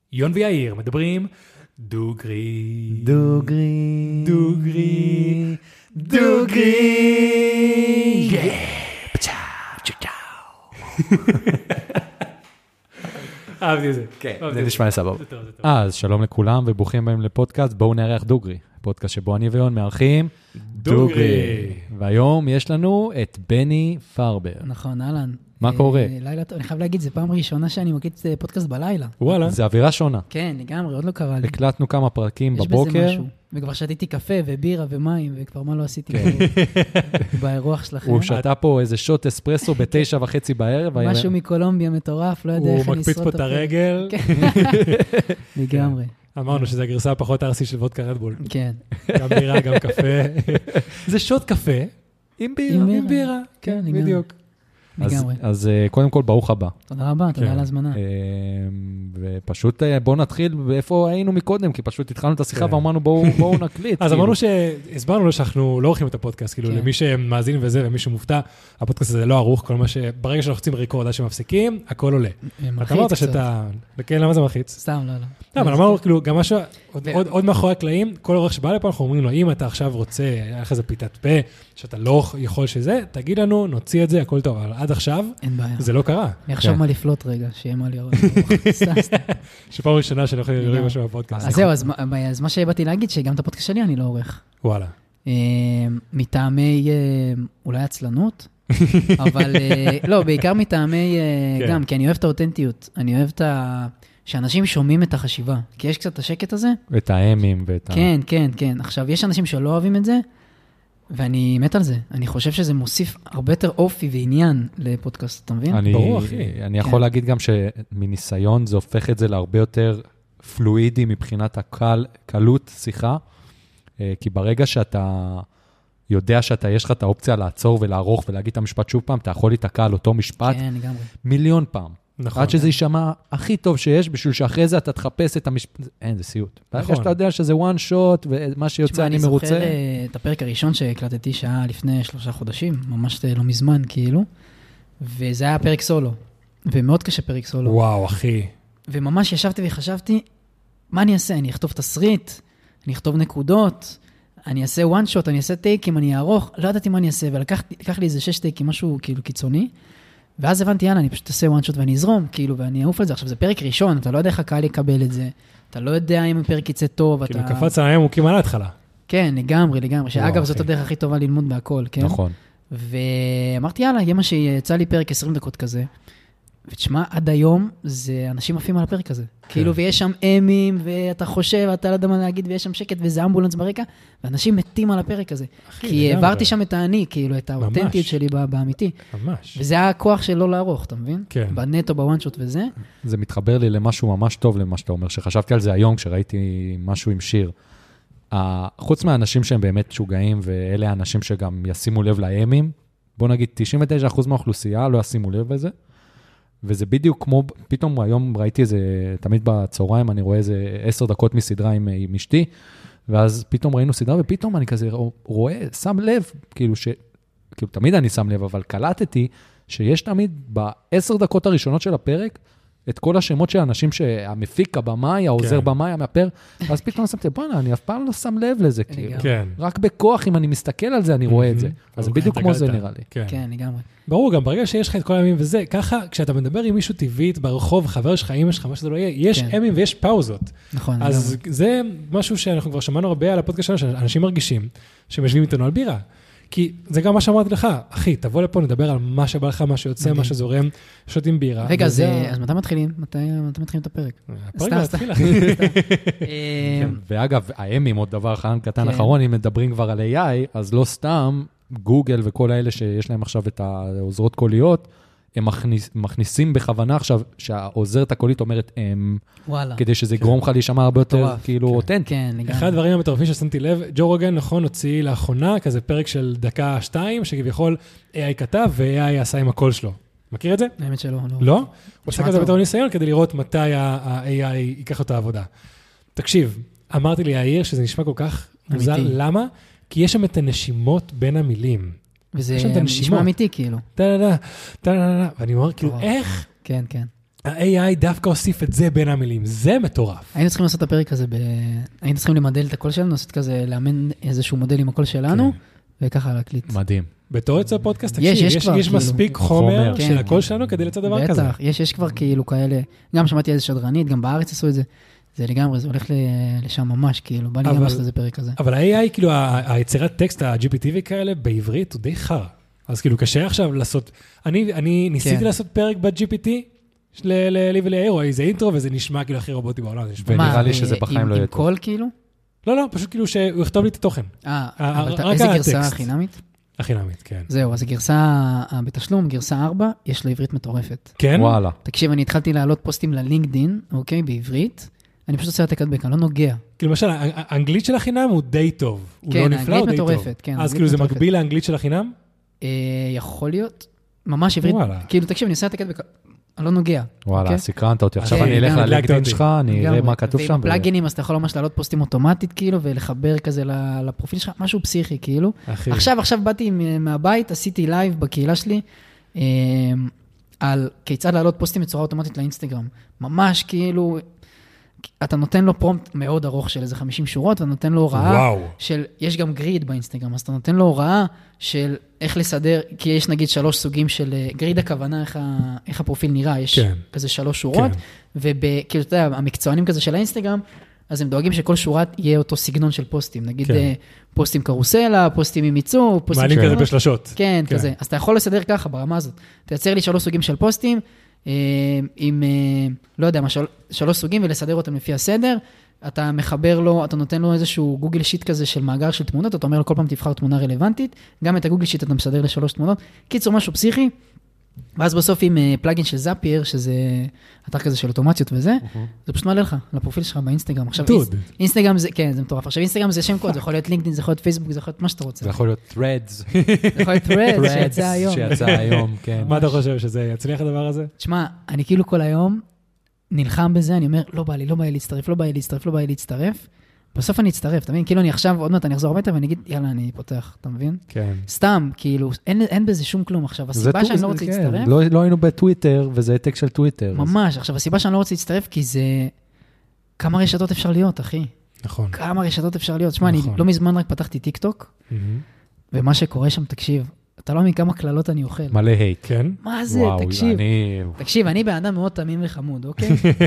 יון ויאיר מדברים דוגרי. דוגרי. דוגרי. דוגרי. פצ'או. אהבתי את זה. כן, זה נשמע סבבה. אז שלום לכולם וברוכים באים לפודקאסט, בואו נארח דוגרי. פודקאסט שבו אני ויון מארחים דוגרי. והיום יש לנו את בני פרבר. נכון, אהלן. מה קורה? לילה טוב, אני חייב להגיד, זו פעם ראשונה שאני מקליט פודקאסט בלילה. וואלה. זה אווירה שונה. כן, לגמרי, עוד לא קרה לי. הקלטנו כמה פרקים יש בבוקר. בזה משהו. וכבר שתיתי קפה ובירה ומים, וכבר מה לא עשיתי באירוח שלכם. הוא שתה פה איזה שוט אספרסו ב9:30 בערב. משהו מקולומביה מטורף, לא יודע איך הוא אני מקפיץ פה את הרגל. לגמרי. אמרנו שזו הגרסה הפחות ארסי של וודקה רדבול. כן. גם בירה, גם קפה. זה שוט קפה עם בירה. כן, בדיוק. לגמרי. אז קודם כל, ברוך הבא. תודה רבה, תודה על ההזמנה. ופשוט בואו נתחיל באיפה היינו מקודם, כי פשוט התחלנו את השיחה ואמרנו בואו נקליט. אז אמרנו שהסברנו לו שאנחנו לא עורכים את הפודקאסט, כאילו למי שמאזין וזה ומי שמופתע, הפודקאסט הזה לא ערוך, כל מה שברגע שאנחנו רוצים ריקורד עד שמפסיקים, הכל עולה. אתה אמרת שאתה, כן, למה זה מלחיץ? סתם, לא. אבל אמרנו, כאילו, גם משהו, עוד מאחורי הקלעים, כל אורך שבא לפה, אנחנו אומרים לו, אם אתה עכשיו רוצה, היה לך איזה פיתת פה, שאתה לא יכול שזה, תגיד לנו, נוציא את זה, הכל טוב, אבל עד עכשיו, זה לא קרה. אני אחשוב מה לפלוט רגע, שיהיה מה לראות. שפעם ראשונה שאני הולך לראות משהו בפודקאסט. אז זהו, אז מה שבאתי להגיד, שגם את הפודקאסט שלי אני לא עורך. וואלה. מטעמי אולי עצלנות, אבל לא, בעיקר מטעמי גם, כי אני אוהב את האותנטיות, אני אוהב את שאנשים שומעים את החשיבה, כי יש קצת את השקט הזה. ואת האמים ואת כן, כן, כן. עכשיו, יש אנשים שלא אוהבים את זה, ואני מת על זה. אני חושב שזה מוסיף הרבה יותר אופי ועניין לפודקאסט, אתה מבין? ברור, אחי. אני יכול להגיד גם שמניסיון זה הופך את זה להרבה יותר פלואידי מבחינת הקלות שיחה, כי ברגע שאתה יודע יש לך את האופציה לעצור ולערוך ולהגיד את המשפט שוב פעם, אתה יכול להתעקע על אותו משפט מיליון פעם. נכון. עד שזה יישמע הכי טוב שיש, בשביל שאחרי זה אתה תחפש את המשפט, אין, זה סיוט. ברגע שאתה יודע שזה one shot, ומה שיוצא אני מרוצה. אני זוכר את הפרק הראשון שהקלטתי שעה לפני 3 חודשים, ממש לא מזמן כאילו, וזה היה פרק סולו, ומאוד קשה פרק סולו. וואו, אחי. וממש ישבתי וחשבתי, מה אני אעשה? אני אכתוב תסריט, אני אכתוב נקודות, אני אעשה one shot, אני אעשה טייקים, אני אערוך, לא ידעתי מה אני אעשה, ולקח לי איזה 6 טייקים, משהו כאילו קיצוני, ואז הבנתי, יאללה, אני פשוט אעשה one shot ואני אזרום, כאילו, ואני אעוף על זה. עכשיו, זה פרק ראשון, אתה לא יודע איך הקהל יקבל את זה, אתה לא יודע אם הפרק יצא טוב, כאילו, קפץ על הים, הוא כמעט להתחלה. כן, לגמרי. שאגב, זאת הדרך הכי טובה ללמוד בהכל, כן? נכון. ואמרתי, יאללה, יהיה מה שיצא לי פרק 20 דקות כזה, ותשמע, עד היום, זה אנשים עפים על הפרק הזה. כאילו, ויש שם אמים, ואתה חושב, אתה לא יודע מה להגיד, ויש שם שקט, וזה אמבולנס ברקע, ואנשים מתים על הפרק הזה. כי העברתי שם את העני, כאילו, את האותנטיות שלי באמיתי. ממש. וזה היה הכוח של לא לערוך, אתה מבין? כן. בנטו, בוואנשוט וזה. זה מתחבר לי למשהו ממש טוב למה שאתה אומר, שחשבתי על זה היום, כשראיתי משהו עם שיר. חוץ מהאנשים שהם באמת שוגעים, ואלה האנשים שגם ישימו לב לאמים, בוא נגיד, 99% מהאוכלוסייה לא ישימו לב לזה. וזה בדיוק כמו, פתאום היום ראיתי איזה, תמיד בצהריים אני רואה איזה 10 דקות מסדרה עם אשתי, ואז פתאום ראינו סדרה, ופתאום אני כזה רואה, שם לב, כאילו תמיד אני שם לב, אבל קלטתי שיש תמיד ב10 דקות הראשונות של הפרק, את כל השמות של האנשים שהמפיק, הבמאי, העוזר במאי, המאפר, אז פתאום שמתי, בוא'נה, אני אף פעם לא שם לב לזה, כאילו. רק בכוח, אם אני מסתכל על זה, אני רואה את זה. אז בדיוק כמו זה נראה לי. כן, לגמרי. ברור, גם ברגע שיש לך את כל הימים וזה, ככה, כשאתה מדבר עם מישהו טבעית ברחוב, חבר שלך, אמא שלך, מה שזה לא יהיה, יש ימים ויש פאוזות. נכון. אז זה משהו שאנחנו כבר שמענו הרבה על הפודקאסט שלנו, שאנשים מרגישים שהם יושבים איתנו על בירה. כי זה גם מה שאמרתי לך, אחי, תבוא לפה, נדבר על מה שבא לך, מה שיוצא, מה שזורם, שותים בירה. רגע, אז מתי מתחילים? מתי מתחילים את הפרק? הפרק להתחיל, אחי. ואגב, האמים, עוד דבר קטן אחרון, אם מדברים כבר על AI, אז לא סתם, גוגל וכל האלה שיש להם עכשיו את העוזרות קוליות, הם מכניסים בכוונה עכשיו, שהעוזרת הקולית אומרת כדי שזה יגרום לך להישמע הרבה יותר כאילו אותנטי. אחד הדברים המטורפים ששמתי לב, ג'ו רוגן נכון הוציא לאחרונה, כזה פרק של 1-2 דקות, שכביכול AI כתב ו-AI עשה עם הקול שלו. מכיר את זה? האמת שלא. לא? הוא עושה כזה בתור ניסיון כדי לראות מתי ה-AI ייקח אותה עבודה. תקשיב, אמרתי לי יאיר שזה נשמע כל כך מוזר, למה? כי יש שם את הנשימות בין המילים. וזה נשמע אמיתי, כאילו. ואני אומר, כאילו, איך? כן, כן. ה-AI דווקא הוסיף את זה בין המילים, זה מטורף. היינו צריכים לעשות את הפרק הזה, היינו צריכים למדל את הקול שלנו, לעשות כזה, לאמן איזשהו מודל עם הקול שלנו, וככה להקליט. מדהים. בתור יצא פודקאסט, תקשיב, יש מספיק חומר של הקול שלנו כדי לצאת דבר כזה. בטח, יש כבר כאילו כאלה, גם שמעתי איזה שדרנית, גם בארץ עשו את זה, זה לגמרי, זה הולך לשם ממש, כאילו, בא לי גם לעשות איזה פרק כזה. אבל ה-AI, כאילו, היצירת טקסט, ה-GPT כאלה, בעברית הוא די חר. אז כאילו, קשה עכשיו לעשות, אני ניסיתי לעשות פרק ב-GPT, לי וליאיר, או איזה אינטרו, וזה נשמע כאילו הכי רובוטי בעולם. ונראה לי שזה בחיים לא יהיה טוב. עם קול כאילו? לא, פשוט כאילו שהוא יכתוב לי את התוכן. איזה גרסה חינמית? החינמית, כן. זהו, אז הגרסה בתשלום, גרסה 4, יש לה עברית מטורפת. כן? וואלה. תקשיב, אני התחלתי להעלות פוסטים ללינקדין, אוקיי, בעברית, אני פשוט עושה העתק הדבק, אני לא נוגע. כאילו, למשל, האנגלית של החינם הוא די טוב. הוא לא נפלא, הוא די טוב. אז כאילו זה מקביל לאנגלית של החינם? יכול להיות. ממש עברית. כאילו, תקשיב, אני עושה העתק הדבק, אני לא נוגע. וואלה, סקרנת אותי. עכשיו אני אלך ללינקדין שלך, אני אראה מה כתוב שם. פלאגינים, אז אתה יכול ממש להעלות פוסטים אוטומטית, כאילו, ולחבר כזה לפרופיל שלך, משהו פסיכי, כאילו. עכשיו באתי מהבית, עשיתי לייב בקהילה שלי, על כיצד להעלות פוסטים בצורה אוטומטית לאינסטגרם. ממש, כאילו, אתה נותן לו פרומפט מאוד ארוך של איזה 50 שורות, ואתה נותן לו הוראה של, יש גם גריד באינסטגרם, אז אתה נותן לו הוראה של איך לסדר, כי יש נגיד 3 סוגים של, גריד הכוונה, איך הפרופיל נראה, יש כזה 3 שורות, וכאילו, אתה יודע, המקצוענים כזה של האינסטגרם, אז הם דואגים שכל שורה יהיה אותו סגנון של פוסטים, נגיד פוסטים קרוסלה, פוסטים עם ייצור, פוסטים מעלים כזה בשלשות. כן, כזה. אז אתה יכול לסדר ככה ברמה הזאת. תייצר לי 3 סוגים של פוסטים, עם, לא יודע, 3 סוגים, ולסדר אותם לפי הסדר. אתה מחבר לו, אתה נותן לו איזשהו גוגל שיט כזה של מאגר של תמונות, אתה אומר לו כל פעם תבחר תמונה רלוונטית, גם את הגוגל שיט אתה מסדר ל3 תמונות. קיצור, משהו פסיכי. ואז בסוף עם פלאגין של זאפייר, שזה אתר כזה של אוטומציות וזה, זה פשוט מעלה לך, לפרופיל שלך באינסטגרם. עכשיו, אינסטגרם זה, כן, זה מטורף. עכשיו, אינסטגרם זה שם קוד, זה יכול להיות לינקדין, זה יכול להיות פייסבוק, זה יכול להיות מה שאתה רוצה. זה יכול להיות Threads. זה יכול להיות Threads, שיצא היום, כן. מה אתה חושב, שזה יצליח הדבר הזה? תשמע, אני כאילו כל היום נלחם בזה, אני אומר, לא בא לי להצטרף. בסוף אני אצטרף, אתה מבין? כאילו אני עכשיו, עוד מעט אני אחזור הביתה ואני אגיד, יאללה, אני פותח, אתה מבין? כן. סתם, כאילו, אין בזה שום כלום. עכשיו, הסיבה שאני לא רוצה להצטרף... לא היינו בטוויטר, וזה העתק של טוויטר. ממש, עכשיו, הסיבה שאני לא רוצה להצטרף, כי זה... כמה רשתות אפשר להיות, אחי? נכון. כמה רשתות אפשר להיות. תשמע, אני לא מזמן רק פתחתי טיקטוק, ומה שקורה שם, תקשיב, אתה לא מכמה קללות אני אוכל. מלא הייט. כן? מה זה? תקשיב, אני באדם מאוד תמים וחמוד, אוקיי?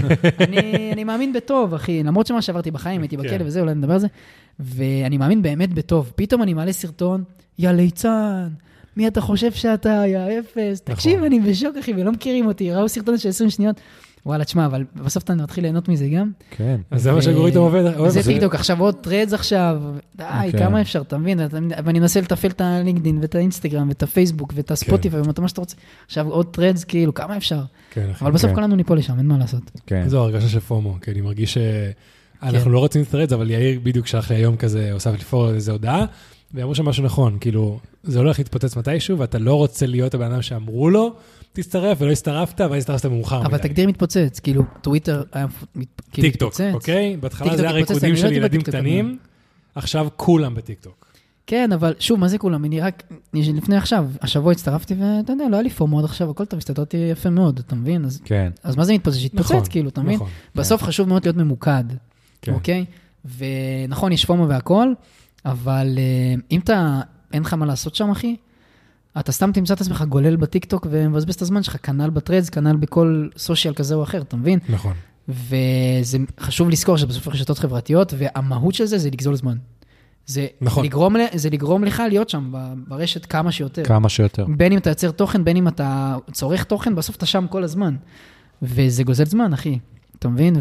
אני מאמין בטוב, אחי. למרות שמה שעברתי בחיים, הייתי בכלא וזה, אולי נדבר על זה. ואני מאמין באמת בטוב. פתאום אני מעלה סרטון, יא ליצן, מי אתה חושב שאתה, יא אפס? תקשיב, אני בשוק, אחי, ולא מכירים אותי. ראו סרטון של 20 שניות. וואלה, תשמע, אבל בסוף אתה מתחיל ליהנות מזה גם. כן. אז זה מה שהאלגוריתם עובד. זה טיקטוק, עכשיו עוד טרדס עכשיו. די, כמה אפשר, אתה מבין? ואני מנסה לתפעל את הלינקדין ואת האינסטגרם ואת הפייסבוק ואת הספוטיפיי ואת מה שאתה רוצה. עכשיו עוד טרדס, כאילו, כמה אפשר? אבל בסוף כולנו ניפול לשם, אין מה לעשות. זו הרגשה של פומו, כי אני מרגיש שאנחנו לא רוצים לטרדס, אבל יאיר בדיוק שלח לי היום כזה, הוסף לפור איזו הודעה, ואמרו שם משהו נכון, כאילו, זה הולך להתפוצץ מתישהו, ואתה לא רוצה להיות הבן אדם שאמרו לו, תצטרף ולא הסתרפת, ואז הסתרפת מאוחר מדי. אבל תגדיר מתפוצץ, כאילו, טוויטר היה מתפוצץ. טיקטוק, אוקיי? בהתחלה זה הריקודים של ילדים קטנים, עכשיו כולם בטיקטוק. כן, אבל שוב, מה זה כולם? אני רק, לפני עכשיו, השבוע הצטרפתי, ואתה יודע, לא היה לי פורמו עד עכשיו, הכל טוב, הסתדרתי יפה מאוד, אתה מבין? אז מה זה מתפוצץ? שהתפוצץ, כאילו, אתה מבין? בסוף חשוב מאוד להיות ממוקד, אוקיי? ונכון, יש פורמו והכל, אבל אם אתה, אין לך מה לעשות שם, אחי, אתה סתם תמצא את עצמך גולל בטיקטוק ומבזבז את הזמן שלך, כנל בטרדס, כנל בכל סושיאל כזה או אחר, אתה מבין? נכון. וזה חשוב לזכור שבסוף רשתות חברתיות, והמהות של זה זה לגזול זמן. זה לגרום לך להיות שם ברשת כמה שיותר. כמה שיותר. בין אם אתה יוצר תוכן, בין אם אתה צורך תוכן, בסוף אתה שם כל הזמן. וזה גוזל זמן, אחי. אתה מבין?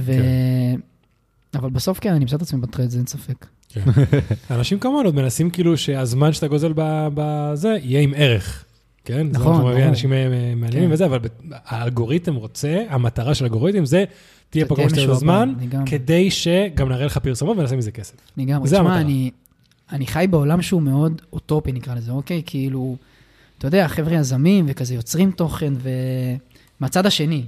אבל בסוף כן, אני אמצא את עצמי בטרדס, אין ספק. אנשים כמובן עוד מנסים כאילו שהזמן שאתה גוזל בזה יהיה עם ערך, כן? נכון. אנשים מעניינים וזה, אבל האלגוריתם רוצה, המטרה של האלגוריתם זה, תהיה פה כמו שתהיה זמן, כדי שגם נראה לך פרסומות ונעשה מזה כסף. זה המטרה. אני חי בעולם שהוא מאוד אוטופי, נקרא לזה, אוקיי? כאילו, אתה יודע, חבר'ה יזמים וכזה יוצרים תוכן, ומהצד השני.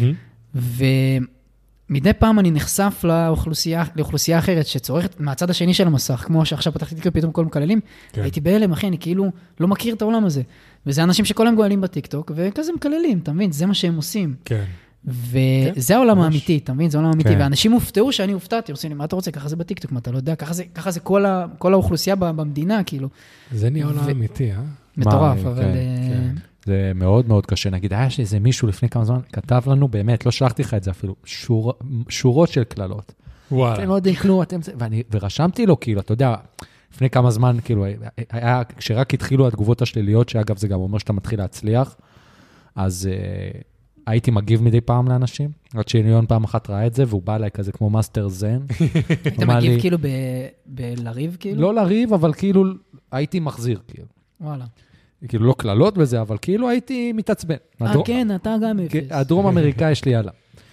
מדי פעם אני נחשף לאוכלוסייה אחרת שצורכת מהצד השני של המסך, כמו שעכשיו פתחתי טיקטוק פתאום כל מקללים, הייתי בהלם, אחי, אני כאילו לא מכיר את העולם הזה. וזה אנשים שכל הם גואלים בטיקטוק, וכזה מקללים, אתה מבין? זה מה שהם עושים. כן. וזה העולם האמיתי, אתה מבין? זה העולם האמיתי, ואנשים הופתעו שאני הופתעתי, עושים לי, מה אתה רוצה? ככה זה בטיקטוק, מה אתה לא יודע? ככה זה כל האוכלוסייה במדינה, כאילו. זה נהיה עולם אמיתי, מטורף, אבל... זה מאוד מאוד קשה. נגיד, היה שאיזה מישהו לפני כמה זמן כתב לנו, באמת, לא שלחתי לך את זה אפילו, שורות של כללות. וואלה. אתם לא יודעים כלום, ורשמתי לו, כאילו, אתה יודע, לפני כמה זמן, כאילו, היה, כשרק התחילו התגובות השליליות, שאגב, זה גם אומר שאתה מתחיל להצליח, אז הייתי מגיב מדי פעם לאנשים, עד שליון פעם אחת ראה את זה, והוא בא אליי כזה כמו מאסטר זן. היית מגיב כאילו בלריב, כאילו? לא לריב, אבל כאילו, הייתי מחזיר, כאילו. וואלה. כאילו, לא כללות בזה, אבל כאילו הייתי מתעצבן. כן, אתה גם אפס. הדרום אמריקאי יש לי יאללה.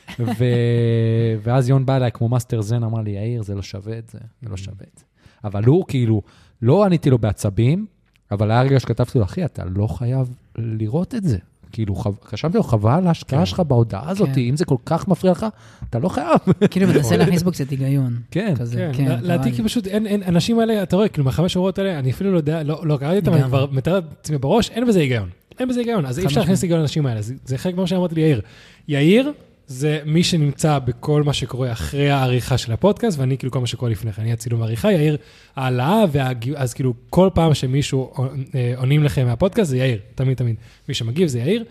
ואז יון בא אליי כמו מאסטר זן, אמר לי, יאיר, זה לא שווה את זה, זה לא שווה את זה. אבל הוא כאילו, לא עניתי לו בעצבים, אבל היה רגע שכתבתי לו, אחי, אתה לא חייב לראות את זה. כאילו, חשבתי לו, חבל להשקעה שלך בהודעה הזאת, אם זה כל כך מפריע לך, אתה לא חייב. כאילו, מנסה להכניס בו קצת היגיון. כן. כן, לדעתי כי פשוט, אנשים האלה, אתה רואה, כאילו, מהחמש שורות האלה, אני אפילו לא יודע, לא קראתי אותם, אני כבר מתאר את עצמי בראש, אין בזה היגיון. אין בזה היגיון, אז אי אפשר להכניס היגיון לאנשים האלה. זה חלק מה שאמרתי לי, יאיר. יאיר זה מי שנמצא בכל מה שקורה אחרי העריכה של הפודקאסט, ואני כאילו כל מה שקורה לפני כן, אני הצילום העריכה, יאיר העלאה, אז כאילו כל פעם שמישהו עונים לכם מהפודקאסט, זה יאיר, תמיד. מי שמגיב זה יאיר,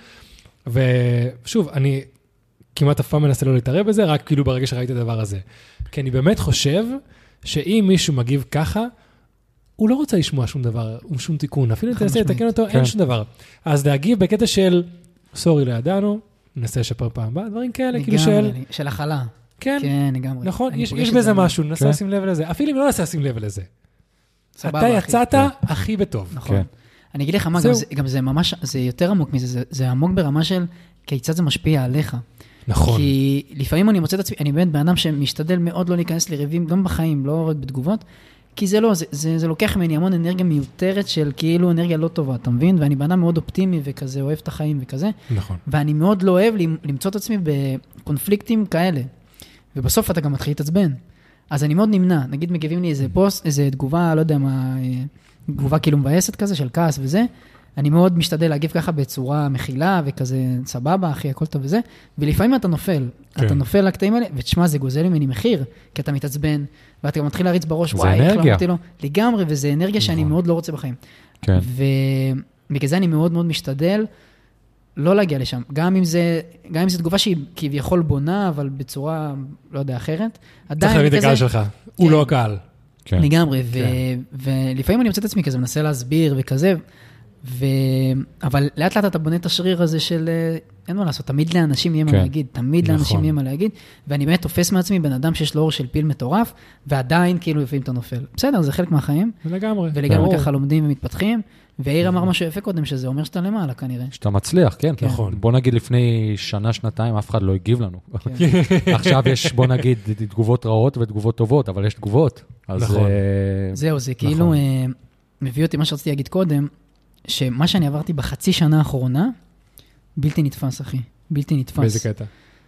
ושוב, אני כמעט אף פעם מנסה לא להתערב בזה, רק כאילו ברגע שראיתי את הדבר הזה. כי אני באמת חושב שאם מישהו מגיב ככה, הוא לא רוצה לשמוע שום דבר, שום תיקון, אפילו תנסה לתקן אותו, אין שום דבר. אז להגיב בקטע של, סורי, לא ידענו, ננסה לשפר פעם הבאה, דברים כאלה, כאילו של החלה. כן, לגמרי. נכון, יש בזה משהו, ננסה לשים לב לזה. אפילו אם לא ננסה לשים לב לזה. אתה יצאת הכי בטוב. נכון. אני אגיד לך מה, גם זה ממש, זה יותר עמוק מזה, זה עמוק ברמה של כיצד זה משפיע עליך. נכון. כי לפעמים אני מוצא את עצמי, אני באמת באדם שמשתדל מאוד לא להיכנס לריבים, גם בחיים, לא רק בתגובות, כי זה לא, זה לוקח ממני המון אנרגיה מיותרת של כאילו אנרגיה לא טובה, אתה מבין? ואני באדם מאוד אופטימי וכזה, אוהב את החיים וכזה. נכון. ואני מאוד לא אוהב למצוא את עצמי בקונפליקטים כאלה. ובסוף אתה גם מתחיל להתעצבן. אז אני מאוד נמנע. נגיד מגיבים לי איזה פוסט, איזה תגובה, לא יודע מה, תגובה כאילו מבאסת כזה של כעס וזה. אני מאוד משתדל להגיב ככה בצורה מכילה וכזה סבבה, אחי, הכל טוב וזה. ולפעמים אתה נופל. כן. אתה נופל לקטעים האלה, ותשמע, זה גוזל ממני מחיר, כי אתה מתעצבן, ואתה גם מתחיל להריץ בראש, וואי, איך לא אמרתי לו, לגמרי, וזה אנרגיה שאני מאוד לא רוצה בחיים. כן. ובגלל זה אני מאוד מאוד משתדל לא להגיע לשם. גם אם זה תגובה שהיא כביכול בונה, אבל בצורה, לא יודע, אחרת. צריך להביא את הקהל שלך. הוא לא הקהל. לגמרי. ולפעמים אני מוצא את עצמי כזה, מנסה להסביר וכזה, אבל לאט לאט אתה בונה את השריר הזה של, אין מה לעשות, תמיד לאנשים יהיה מה להגיד, תמיד לאנשים יהיה מה להגיד, ואני באמת תופס מעצמי בן אדם שיש לו אור של פיל מטורף, ועדיין כאילו לפעמים אתה נופל. בסדר, זה חלק מהחיים. ולגמרי ככה לומדים ומתפתחים, ואיר אמר משהו יפה קודם, שזה אומר שאתה למעלה כנראה. שאתה מצליח, כן. נכון. בוא נגיד לפני שנה, שנתיים, אף אחד לא הגיב לנו. עכשיו יש, בוא נגיד, תגובות רעות ותגובות טובות, אבל יש תגובות. זהו, זה כאילו מביא אותי מה שרציתי להגיד קודם, שמה שאני עברתי בחצי שנה האחרונה, בלתי נתפס, אחי. בלתי נתפס. באיזה קטע?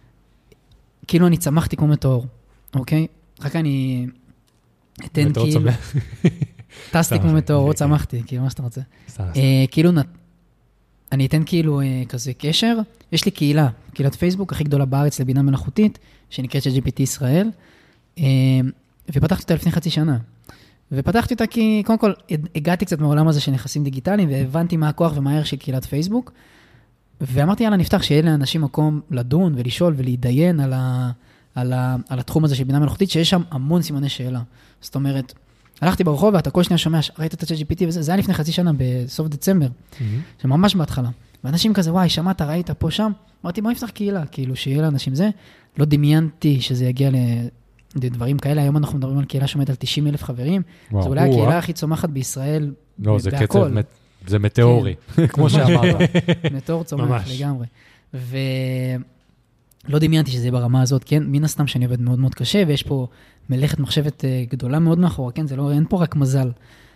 כאילו אני צמחתי כמו מטאור, אוקיי? רק אני אתן כאילו... טסתי כמו מטאור, או צמחתי, כאילו מה שאתה רוצה. כאילו, אני אתן כאילו כזה קשר. יש לי קהילה, קהילת פייסבוק הכי גדולה בארץ לבינה מלאכותית, שנקראת GPT ישראל, ופתחתי אותה לפני חצי שנה. ופתחתי אותה כי, קודם כל, הגעתי קצת מהעולם הזה של נכסים דיגיטליים, והבנתי מה הכוח ומה הערך של קהילת פייסבוק, ואמרתי, יאללה, נפתח שיהיה לאנשים מקום לדון ולשאול ולהתדיין על התחום הזה של בינה מלאכותית, שיש שם המון סימני שאלה. זאת אומרת, הלכתי ברחוב, ואתה כל שניה שומע, ראית את ה-GPT וזה, זה היה לפני חצי שנה, בסוף דצמבר, שממש בהתחלה. ואנשים כזה, וואי, שמעת, ראית פה, שם, אמרתי, בוא נפתח קהילה, כאילו, שיהיה לאנשים זה. לא דמיינתי שזה יגיע לדברים כאלה. היום אנחנו מדברים על קהילה שעומדת על 90,000 חברים. זו אולי הקהילה הכי צומחת בישראל. לא, זה קצב, זה מטאורי, כמו שאמרת. מטאור צומח לגמרי. ולא דמיינתי שזה יהיה ברמה הזאת, כן? מן הסתם שאני עובד מאוד מאוד קשה, ויש פה מלאכת מחשבת גדולה מאוד מאחורה, כן? זה לא, אין פה רק מזל.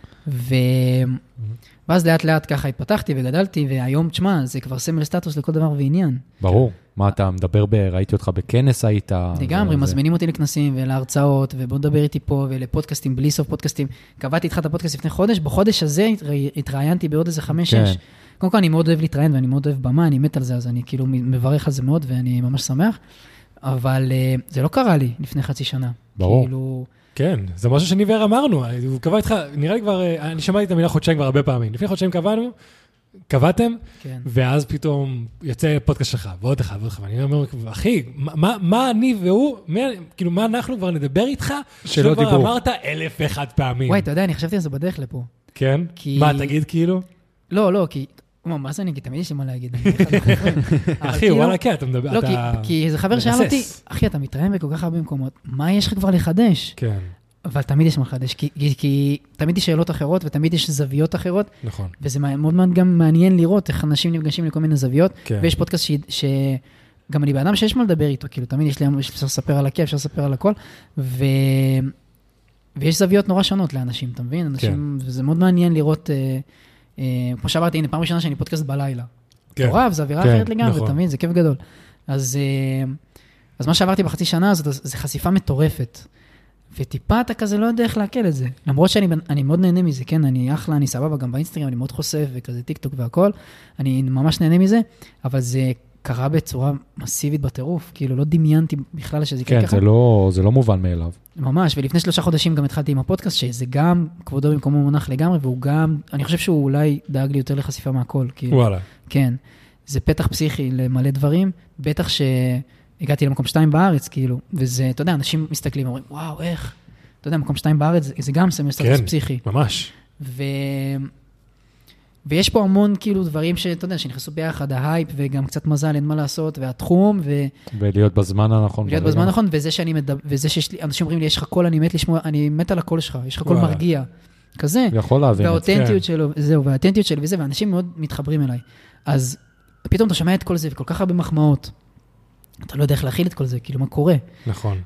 ואז לאט לאט ככה התפתחתי וגדלתי, והיום, תשמע, זה כבר סמל סטטוס לכל דבר ועניין. ברור. מה אתה מדבר ראיתי אותך בכנס היית? לגמרי, מזמינים אותי לכנסים ולהרצאות, ובוא נדבר איתי פה ולפודקאסטים, בלי סוף פודקאסטים. קבעתי איתך את הפודקאסט לפני חודש, בחודש הזה התראיינתי בעוד איזה 5-6. קודם כל, אני מאוד אוהב להתראיין, ואני מאוד אוהב במה, אני מת על זה, אז אני כאילו מברך על זה מאוד, ואני ממש שמח, אבל זה לא קרה לי לפני חצי שנה. ברור. כאילו... כן, זה משהו שניבר אמרנו, הוא קבע איתך, נראה לי כבר, אני שמעתי את המילה חודשיים כבר הרבה פעמים, לפני חודשיים קבעתם, כן. ואז פתאום יוצא פודקאסט שלך, ועוד אחד, ואני אומר, אחי, מה אני והוא, כאילו, מה אנחנו כבר נדבר איתך, שלא דיבור. אמרת 1,001 פעמים. וואי, אתה יודע, אני חשבתי על זה בדרך לפה. כן? מה, תגיד כאילו? לא, כי... מה זה אני אגיד? תמיד יש לי מה להגיד. אחי, וואלה, כן, אתה מדבר, לא, כי זה חבר שאל אותי, אחי, אתה מתראיין בכל כך הרבה מקומות, מה יש לך כבר לחדש? כן. אבל תמיד יש מה לחדש, כי תמיד יש שאלות אחרות, ותמיד יש זוויות אחרות. נכון. וזה מאוד מאוד גם מעניין לראות איך אנשים נפגשים לכל מיני זוויות, ויש פודקאסט שגם אני באדם שיש מה לדבר איתו, כאילו, תמיד יש לי אפשר לספר על הכיף, אפשר לספר על הכל, ויש זוויות נורא שונות לאנשים, אתה מבין? אנשים, וזה מאוד מעניין לראות, כמו שאמרתי, הנה, פעם ראשונה שאני פודקאסט בלילה. תורב, זה אווירה אחרת לגמרי, אתה מבין? זה כיף גדול. אז מה שעברתי בחצי שנה הזאת, זה חשיפה מטורפת. וטיפה אתה כזה לא יודע איך להקל את זה. למרות שאני מאוד נהנה מזה, כן? אני אחלה, אני סבבה, גם באינסטגרם, אני מאוד חושף, וכזה טיק טוק והכל. אני ממש נהנה מזה, אבל זה קרה בצורה מסיבית בטירוף. כאילו, לא דמיינתי בכלל שזה יקרה ככה. כן, זה לא מובן מאליו. ממש, ולפני 3 חודשים גם התחלתי עם הפודקאסט, שזה גם כבודו במקומו מונח לגמרי, והוא גם, אני חושב שהוא אולי דאג לי יותר לחשיפה מהכל. וואלה. כן. זה פתח פסיכי למלא דברים, בטח שהגעתי למקום 2 בארץ, כאילו, וזה, אתה יודע, אנשים מסתכלים ואומרים, וואו, איך? אתה יודע, מקום 2 בארץ, זה גם סטטוס פסיכי. כן, ממש. ויש פה המון כאילו דברים שאתה יודע, שנכנסו ביחד, ההייפ וגם קצת מזל, אין מה לעשות, והתחום, ולהיות בזמן הנכון. להיות בזמן הנכון, וזה שיש לי, אנשים אומרים לי, יש לך קול, אני מת לשמוע, אני מת על הקול שלך, יש לך קול מרגיע. כזה. יכול להבין. והאותנטיות שלו, זהו, והאותנטיות שלי וזה, ואנשים מאוד מתחברים אליי. אז פתאום אתה שומע את כל זה, וכל כך הרבה מחמאות. אתה לא יודע איך להכיל את כל זה, כאילו, מה קורה. נכון.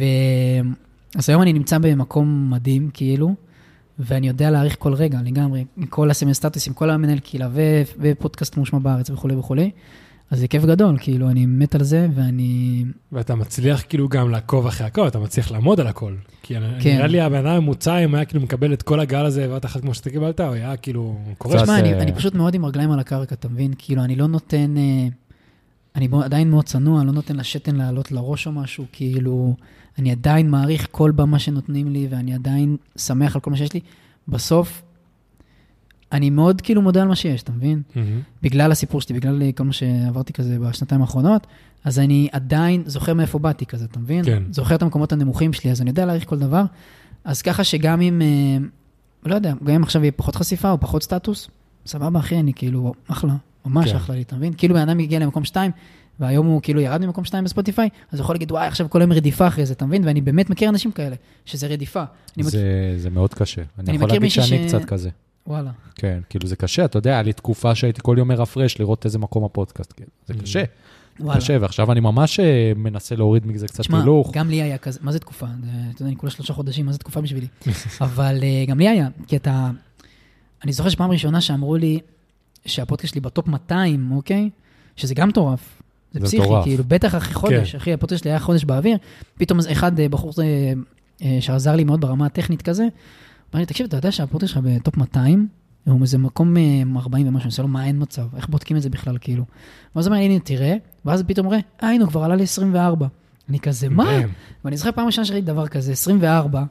אז היום אני נמצא במקום מדהים, כאילו, ואני יודע להעריך כל רגע, לגמרי, עם כל הסמל סטטוס, עם כל המנהל קהילה, ופודקאסט מושמע בארץ וכו' וכו'. אז זה כיף גדול, כאילו, אני מת על זה, ואתה מצליח כאילו גם לעקוב אחרי הכל, אתה מצליח לעמוד על הכל. כי נראה לי, הבן אדם הממוצע, אם היה כאילו מקבל את כל הגל הזה, ואת אחת כמו שאתה קיבלת, הוא היה כאילו קורש. תשמע, אני פשוט מאוד עם רגליים על הקרקע, אתה מבין? כאילו, אני לא נותן, אני עדיין מאוד צנוע, לא נותן לשתן לעלות לראש או משהו, כאילו, אני עדיין מעריך כל במה שנותנים לי, ואני עדיין שמח על כל מה שיש לי. בסוף, אני מאוד כאילו מודה על מה שיש, אתה מבין? בגלל הסיפור שלי, בגלל כל מה שעברתי כזה בשנתיים האחרונות, אז אני עדיין זוכר מאיפה באתי כזה, אתה מבין? כן. זוכר את המקומות הנמוכים שלי, אז אני יודע להעריך כל דבר. אז ככה שגם אם, לא יודע, גם אם עכשיו יהיה פחות חשיפה או פחות סטטוס, סבבה אחי, אני כאילו אחלה, ממש אחלה לי, אתה מבין? כאילו בן אדם הגיע למקום 2, והיום הוא כאילו ירד ממקום 2 בספוטיפיי, אז הוא יכול להגיד, וואי, עכשיו כל היום רדיפה אחרי זה, אתה מבין? ואני באמת מכיר אנשים כאלה, שזה רדיפה. זה מאוד קשה. אני יכול להגיד שאני קצת כזה. וואלה. כן, כאילו זה קשה, אתה יודע, היה לי תקופה שהייתי כל יום מרפרש לראות איזה מקום הפודקאסט, זה קשה. קשה, ועכשיו אני ממש מנסה להוריד מזה קצת הילוך. גם לי היה כזה, מה זה תקופה? אתה יודע, אני כולה 3 חודשים, מה זה תקופה בשבילי? אבל גם לי היה, כי אני זוכר שפעם ראשונה שאמרו לי שהפודקאסט שלי בטופ 200, אוקיי? שזה גם טורף. זה פסיכי, כאילו, בטח אחרי חודש, אחרי הפודקאסט שלי היה חודש באוויר, פתאום אחד בחור שעזר לי מאוד ברמה הטכנית כזה, אמר לי, תקשיב, אתה יודע שהפודקאסט שלך בטופ 200, הוא איזה מקום 40 ומשהו, אני עושה לו, מה, אין מצב, איך בודקים את זה בכלל, כאילו. ואז אמר, הנה, תראה, ואז פתאום רואה, הנה, הוא כבר עלה לי-24. אני כזה, מה? ואני זוכר פעם ראשונה שראיתי דבר כזה, 24,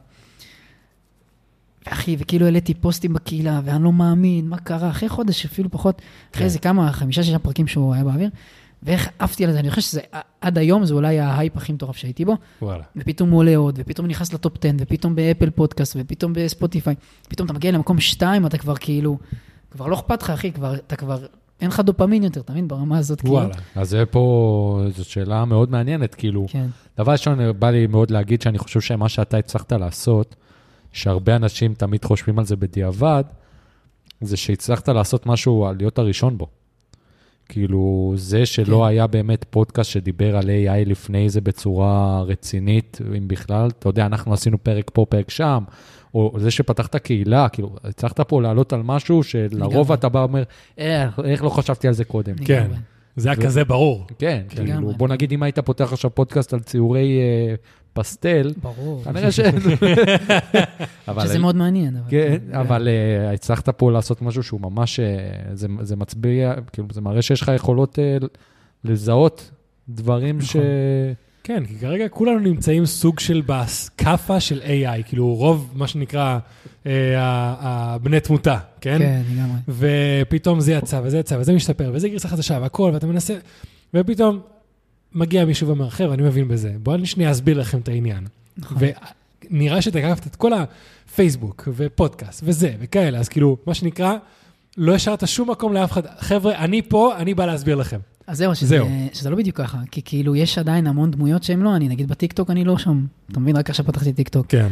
ואחי, וכאילו העליתי פוסטים בקהילה, ואני לא מאמין, מה קרה? אחרי חודש, אפילו פחות, אחרי איזה כמה, 5-6 פרקים שהוא היה באוויר, ואיך עפתי על זה, אני חושב שזה, עד היום זה אולי ההייפ הכי מטורף שהייתי בו, ופתאום הוא עולה עוד, ופתאום נכנס לטופ 10, ופתאום באפל פודקאסט, ופתאום בספוטיפיי, פתאום אתה מגיע למקום 2, אתה כבר כאילו, כבר לא אכפת לך, אחי, אתה כבר, אין לך דופמין יותר, תמיד ברמה הזאת, כאילו. אז זה פה, זאת שאלה מאוד מעניינת, כאילו, דבר ראשון, בא לי מאוד להגיד שאני חושב שמה שאתה הצלחת לעשות, שהרבה אנשים תמיד חושבים על זה בדיעבד, זה שהצלחת לעשות משהו על להיות הראשון בו. כאילו, זה שלא היה באמת פודקאסט שדיבר על AI לפני זה בצורה רצינית, אם בכלל, אתה יודע, אנחנו עשינו פרק פה, פרק שם, או זה שפתחת קהילה, כאילו, הצלחת פה לעלות על משהו שלרוב אתה בא ואומר, איך לא חשבתי על זה קודם. כן. זה היה כזה ברור. כן, כאילו, בוא נגיד, אם היית פותח עכשיו פודקאסט על ציורי פסטל, ברור. כנראה שאין. שזה מאוד מעניין. כן, אבל הצלחת פה לעשות משהו שהוא ממש, זה מצביע, כאילו, זה מראה שיש לך יכולות לזהות דברים ש... כן, כי כרגע כולנו נמצאים סוג של בסקאפה של AI, כאילו רוב מה שנקרא הבני תמותה, כן? כן, לגמרי. ופתאום זה יצא, וזה יצא, וזה משתפר, וזה גרסה חדשה, והכל, ואתה מנסה, ופתאום מגיע מישהו ואומר, חבר'ה, אני מבין בזה, בואו אני שנייה אסביר לכם את העניין. ונראה שתקפת את כל הפייסבוק, ופודקאסט, וזה, וכאלה, אז כאילו, מה שנקרא, לא השארת שום מקום לאף אחד, חבר'ה, אני פה, אני בא להסביר לכם. אז זהו, שזה לא בדיוק ככה, כי כאילו יש עדיין המון דמויות שהן לא, אני נגיד בטיקטוק אני לא שם, אתה מבין? רק עכשיו פתחתי טיקטוק. כן.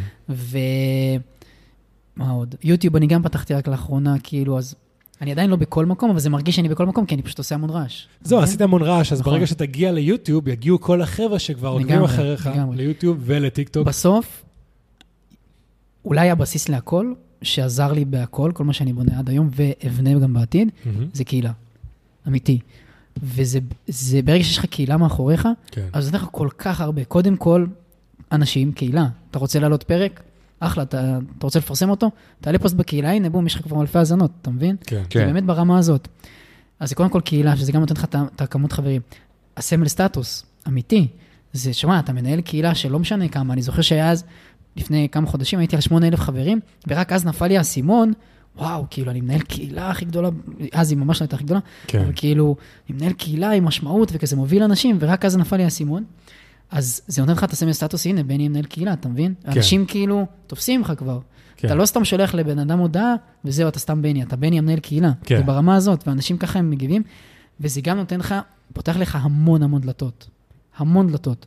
מה עוד? יוטיוב אני גם פתחתי רק לאחרונה, כאילו, אז אני עדיין לא בכל מקום, אבל זה מרגיש שאני בכל מקום, כי אני פשוט עושה המון רעש. זהו, עשית המון רעש, אז ברגע שתגיע ליוטיוב, יגיעו כל החבר'ה שכבר עוקבים אחריך ליוטיוב ולטיקטוק. בסוף, אולי הבסיס להכל, שעזר לי בהכל, כל מה שאני בונה עד היום, ואבנה גם בעתיד, זה קהילה. אמיתי. וזה ברגע שיש לך קהילה מאחוריך, אז זה לך כל כך הרבה. קודם כל, אנשים, קהילה. אתה רוצה לעלות פרק? אחלה, אתה רוצה לפרסם אותו? תעלה פוסט בקהילה, הנה בום, יש לך כבר אלפי האזנות, אתה מבין? כן. זה באמת ברמה הזאת. אז זה קודם כל קהילה, שזה גם נותן לך את הכמות חברים. הסמל סטטוס, אמיתי. זה, שמע, אתה מנהל קהילה שלא משנה כמה. אני זוכר שהיה אז, לפני כמה חודשים, הייתי על 8,000 חברים, ורק אז נפל לי האסימון, וואו, כאילו, אני מנהל קהילה הכי גדולה, אז היא ממש לא הייתה הכי גדולה, כן. אבל כאילו, אני מנהל קהילה עם משמעות, וכזה מוביל אנשים, ורק אז נפל לי האסימון, אז זה נותן לך את הסמל סטטוס, הנה, בני מנהל קהילה, אתה מבין? כן. אנשים כאילו, תופסים לך כבר. כן. אתה לא סתם שולח לבן אדם הודעה, וזהו, אתה סתם בני, אתה בני המנהל קהילה. כן. זה ברמה הזאת, ואנשים ככה הם מגיבים, וזה גם נותן לך, פותח לך המון המון דלתות. המון דלתות.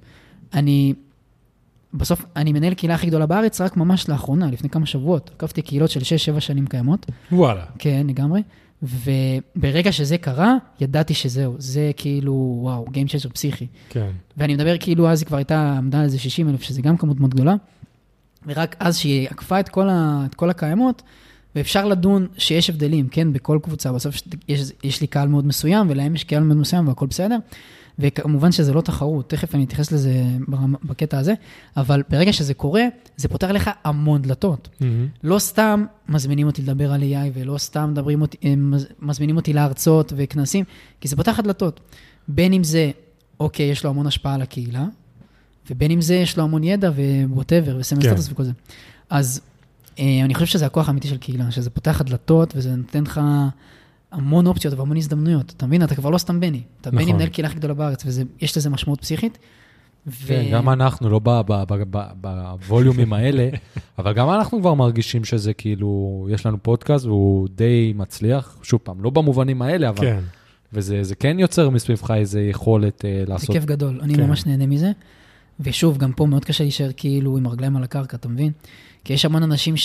בסוף, אני מנהל קהילה הכי גדולה בארץ, רק ממש לאחרונה, לפני כמה שבועות. עקבתי קהילות של 6-7 שנים קיימות. וואלה. כן, לגמרי. וברגע שזה קרה, ידעתי שזהו. זה כאילו, וואו, גיים צ'יינג'ר פסיכי. כן. ואני מדבר כאילו, אז היא כבר הייתה עמדה על איזה 60,000, שזה גם כמות מאוד גדולה. ורק אז שהיא עקפה את כל הקיימות, ואפשר לדון שיש הבדלים, כן, בכל קבוצה. בסוף יש לי קהל מאוד מסוים, ולהם יש קהל מאוד מסוים, והכל בסדר. וכמובן שזה לא תחרות, תכף אני אתייחס לזה בקטע הזה, אבל ברגע שזה קורה, זה פותח לך המון דלתות. לא סתם מזמינים אותי לדבר על AI, ולא סתם מזמינים אותי להרצות וכנסים, כי זה פותח דלתות. בין אם זה, אוקיי, יש לו המון השפעה על הקהילה, ובין אם זה, יש לו המון ידע ווואטאבר, וסמל סטטוס וכל זה. אז אני חושב שזה הכוח האמיתי של קהילה, שזה פותח דלתות, וזה נותן לך המון אופציות והמון הזדמנויות. אתה מבין, אתה כבר לא סתם בני. אתה בני מנהל קהילה הכי גדולה בארץ, ויש לזה משמעות פסיכית. כן, גם אנחנו, לא בווליומים האלה, אבל גם אנחנו כבר מרגישים שזה כאילו, יש לנו פודקאסט, והוא די מצליח, שוב פעם, לא במובנים האלה, אבל... וזה כן יוצר מסביבך איזו יכולת לעשות... זה כיף גדול, אני ממש נהנה מזה. ושוב, גם פה מאוד קשה להישאר כאילו עם הרגליים על הקרקע, אתה מבין? כי יש המון אנשים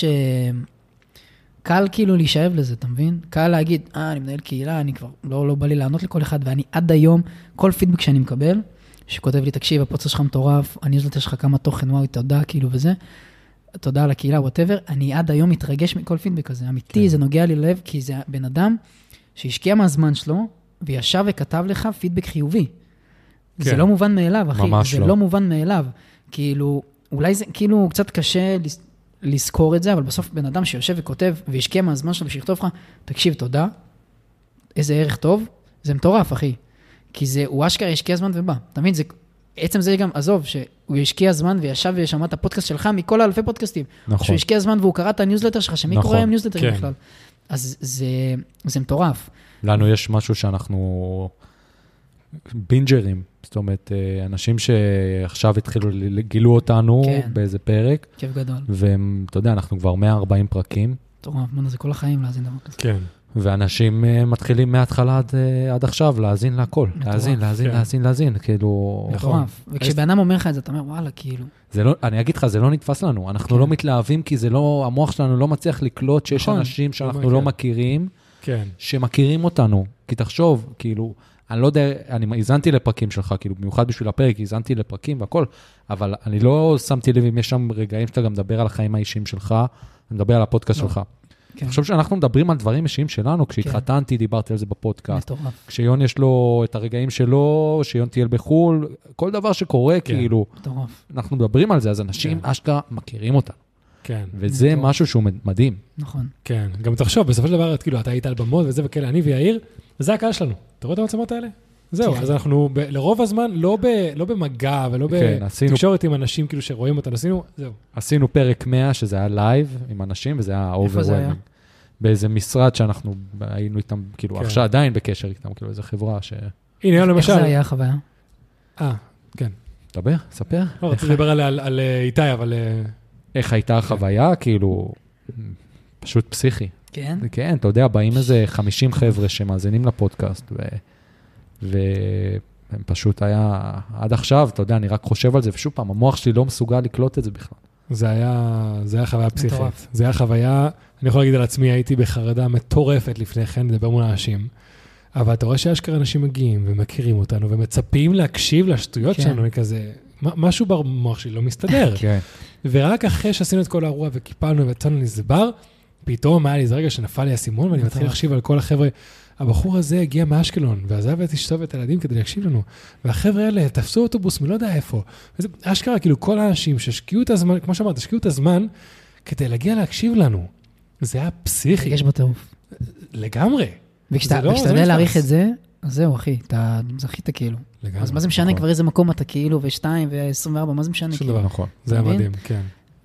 קל כאילו להישאב לזה, אתה מבין? קל להגיד, אני מנהל קהילה, אני כבר לא בא לי לענות לכל אחד, ואני עד היום, כל פידבק שאני מקבל, שכותב לי, תקשיב, הפודקאסט שלך מטורף, אני יש לך כמה תוכן, וואו, תודה, כאילו וזה, תודה על הקהילה, whatever, אני עד היום מתרגש מכל פידבק הזה, אמיתי, זה נוגע לי ללב, כי זה בן אדם שהשקיע מהזמן שלו, וישב וכתב לך פידבק חיובי. זה לא מובן מאליו, אחי, זה לא מובן מאליו. כאילו, אולי זה כאילו קצת קשה לזכור את זה, אבל בסוף בן אדם שיושב וכותב, וישקיע מהזמן שלו ושיכתוב לך, תקשיב, תודה, איזה ערך טוב, זה מטורף, אחי. כי זה, הוא אשכרה ישקיע זמן ובא. אתה מבין, עצם זה גם, עזוב, שהוא ישקיע זמן וישב ושמע את הפודקאסט שלך מכל אלפי פודקאסטים. נכון. שהוא ישקיע זמן והוא קרא את הניוזלטר שלך, שמי קורא עם ניוזלטר בכלל. אז זה מטורף. לנו יש משהו שאנחנו בינג'רים, זאת אומרת, אנשים שעכשיו התחילו, גילו אותנו באיזה פרק. כיף גדול. ואתה יודע, אנחנו כבר 140 פרקים. טוב, זה כל החיים להזין דבר כזה. כן. ואנשים מתחילים מההתחלה עד עכשיו להזין להכל. להזין, כאילו... מטורף. וכשבאדם אומר לך את זה, אתה אומר, וואלה, כאילו... אני אגיד לך, זה לא נתפס לנו. אנחנו לא מתלהבים, כי זה לא, המוח שלנו לא מצליח לקלוט שיש אנשים שאנחנו לא מכירים, שמכירים אותנו. כי תחשוב, כאילו... אני לא יודע, אני הזנתי לפרקים שלך, כאילו, במיוחד בשביל הפרק, הזנתי לפרקים והכל, אבל אני לא שמתי לב אם יש שם רגעים שאתה גם מדבר על החיים האישיים שלך, אני מדבר על הפודקאסט שלך. אני חושב שאנחנו מדברים על דברים אישיים שלנו, כשהתחתנתי, דיברתי על זה בפודקאסט. מטורף. כשיון יש לו את הרגעים שלו, שיון טייל בחול, כל דבר שקורה, כאילו, אנחנו מדברים על זה, אז אנשים אשכרה מכירים אותנו. כן. וזה משהו שהוא מדהים. נכון. כן, גם תחשוב, בסופו של דבר, כאילו, אתה היית על במות וזה וכאלה, אני ויאיר, וזה הקהל שלנו. אתה רואה את המצלמות האלה? זהו, אז אנחנו לרוב הזמן לא במגע ולא בתקשורת עם אנשים כאילו שרואים אותנו, זהו. עשינו פרק 100 שזה היה לייב עם אנשים וזה היה אוברווילמינג. באיזה משרד שאנחנו היינו איתם, כאילו עכשיו עדיין בקשר איתם, כאילו איזו חברה ש... הנה, למשל. איך זה היה החוויה? כן. דבר, ספר. לא, רציתי לדבר על איתי, אבל... איך הייתה החוויה? כאילו, פשוט פסיכי. כן? כן, אתה יודע, באים איזה 50 חבר'ה שמאזינים לפודקאסט, והם פשוט היה, עד עכשיו, אתה יודע, אני רק חושב על זה, ושוב פעם, המוח שלי לא מסוגל לקלוט את זה בכלל. זה היה חוויה פסיכית. זה היה חוויה, אני יכול להגיד על עצמי, הייתי בחרדה מטורפת לפני כן, לדבר מול אנשים, אבל אתה רואה שאשכרה אנשים מגיעים ומכירים אותנו, ומצפים להקשיב לשטויות שלנו, כזה, משהו במוח שלי לא מסתדר. ורק אחרי שעשינו את כל האירוע וקיפלנו ויצאנו נסבר, פתאום היה לי איזה רגע שנפל לי הסימון, ואני מתחיל להחשיב על כל החבר'ה, הבחור הזה הגיע מאשקלון, ועזב את אשתו ואת הילדים כדי להקשיב לנו, והחבר'ה האלה תפסו אוטובוס מלא יודע איפה. וזה אשכרה, כאילו כל האנשים שהשקיעו את הזמן, כמו שאמרת, השקיעו את הזמן, כדי להגיע להקשיב לנו. זה היה פסיכי. יש בטירוף. לגמרי. וכשאתה יודע להעריך את זה, אז זהו, אחי, אתה זכית כאילו. לגמרי. אז מה זה משנה כבר איזה מקום אתה כאילו, ו2 ו24, מה זה משנה? שום דבר, נכון. זה היה מדהים, כן.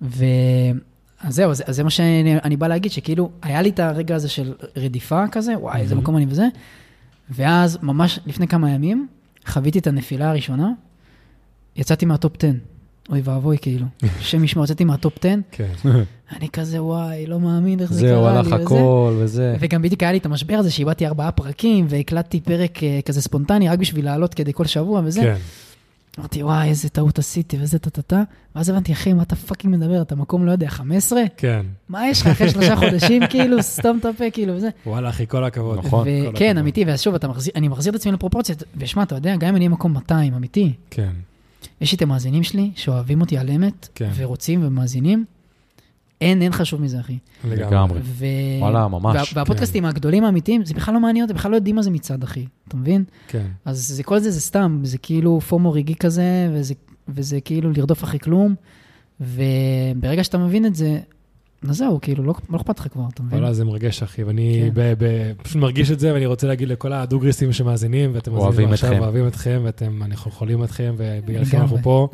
אז זהו, זה מה שאני בא להגיד, שכאילו, היה לי את הרגע הזה של רדיפה כזה, וואי, איזה מקום אני וזה, ואז ממש לפני כמה ימים, חוויתי את הנפילה הראשונה, יצאתי מהטופ 10, אוי ואבוי כאילו, שם משמע, יצאתי מהטופ 10, אני כזה, וואי, לא מאמין איך זה קרה לי, זהו, הלך הכל וזה. וגם בדיוק היה לי את המשבר הזה, שאיבדתי 4 פרקים, והקלטתי פרק כזה ספונטני, רק בשביל לעלות כדי כל שבוע וזה. אמרתי, וואי, איזה טעות עשיתי, וזה טטטה. ואז הבנתי, אחי, מה אתה פאקינג מדבר? אתה מקום, לא יודע, 15? כן. מה יש לך אחרי 3 חודשים, כאילו, סתום את הפה, כאילו, וזה. וואלה, אחי, כל הכבוד. נכון. כן, אמיתי, ואז שוב, אני מחזיר את עצמי לפרופורציות, ושמע, אתה יודע, גם אם אני אהיה מקום 200, אמיתי. כן. יש לי את המאזינים שלי, שאוהבים אותי על אמת, ורוצים ומאזינים. אין חשוב מזה, אחי. לגמרי. וואלה, ממש. והפודקאסטים הגדולים האמיתיים, זה בכלל לא מעניין, זה בכלל לא יודעים מה זה מצד, אחי. אתה מבין? כן. אז כל זה סתם, זה כאילו פומו ריגי כזה, וזה כאילו לרדוף אחרי כלום, וברגע שאתה מבין את זה, אז זהו, כאילו, לא אכפת לך כבר, אתה מבין? וואלה, זה מרגש, אחי, ואני פשוט מרגיש את זה, ואני רוצה להגיד לכל הדוגריסטים שמאזינים, ואתם אוהבים אתכם. אוהבים אתכם, ואנחנו חולים אתכם, ובגללכם אנחנו פה.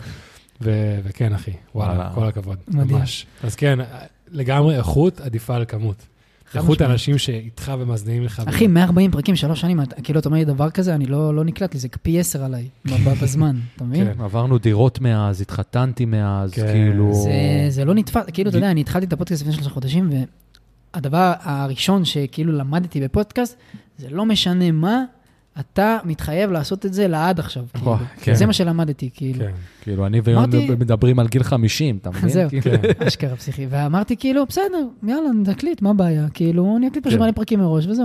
וכן, אחי, וואלה, כל הכבוד, ממש. אז כן, לגמרי איכות עדיפה על כמות. איכות האנשים שאיתך ומאזינים לך. אחי, 140 פרקים, 3 שנים, כאילו, אתה אומר לי דבר כזה, אני לא נקלט לי, זה פי 10 עליי, בזמן, אתה מבין? כן, עברנו דירות מאז, התחתנתי מאז, כאילו... זה לא נתפס, כאילו, אתה יודע, אני התחלתי את הפודקאסט לפני 3 חודשים, והדבר הראשון שכאילו למדתי בפודקאסט, זה לא משנה מה, אתה מתחייב לעשות את זה לעד עכשיו, כאילו. זה מה שלמדתי, כאילו. כאילו, אני ויון מדברים על גיל 50, אתה מבין? זהו, אשכרה פסיכי. ואמרתי, כאילו, בסדר, יאללה, נקליט, מה הבעיה? כאילו, אני אקליט פשוט מלא פרקים מראש, וזהו.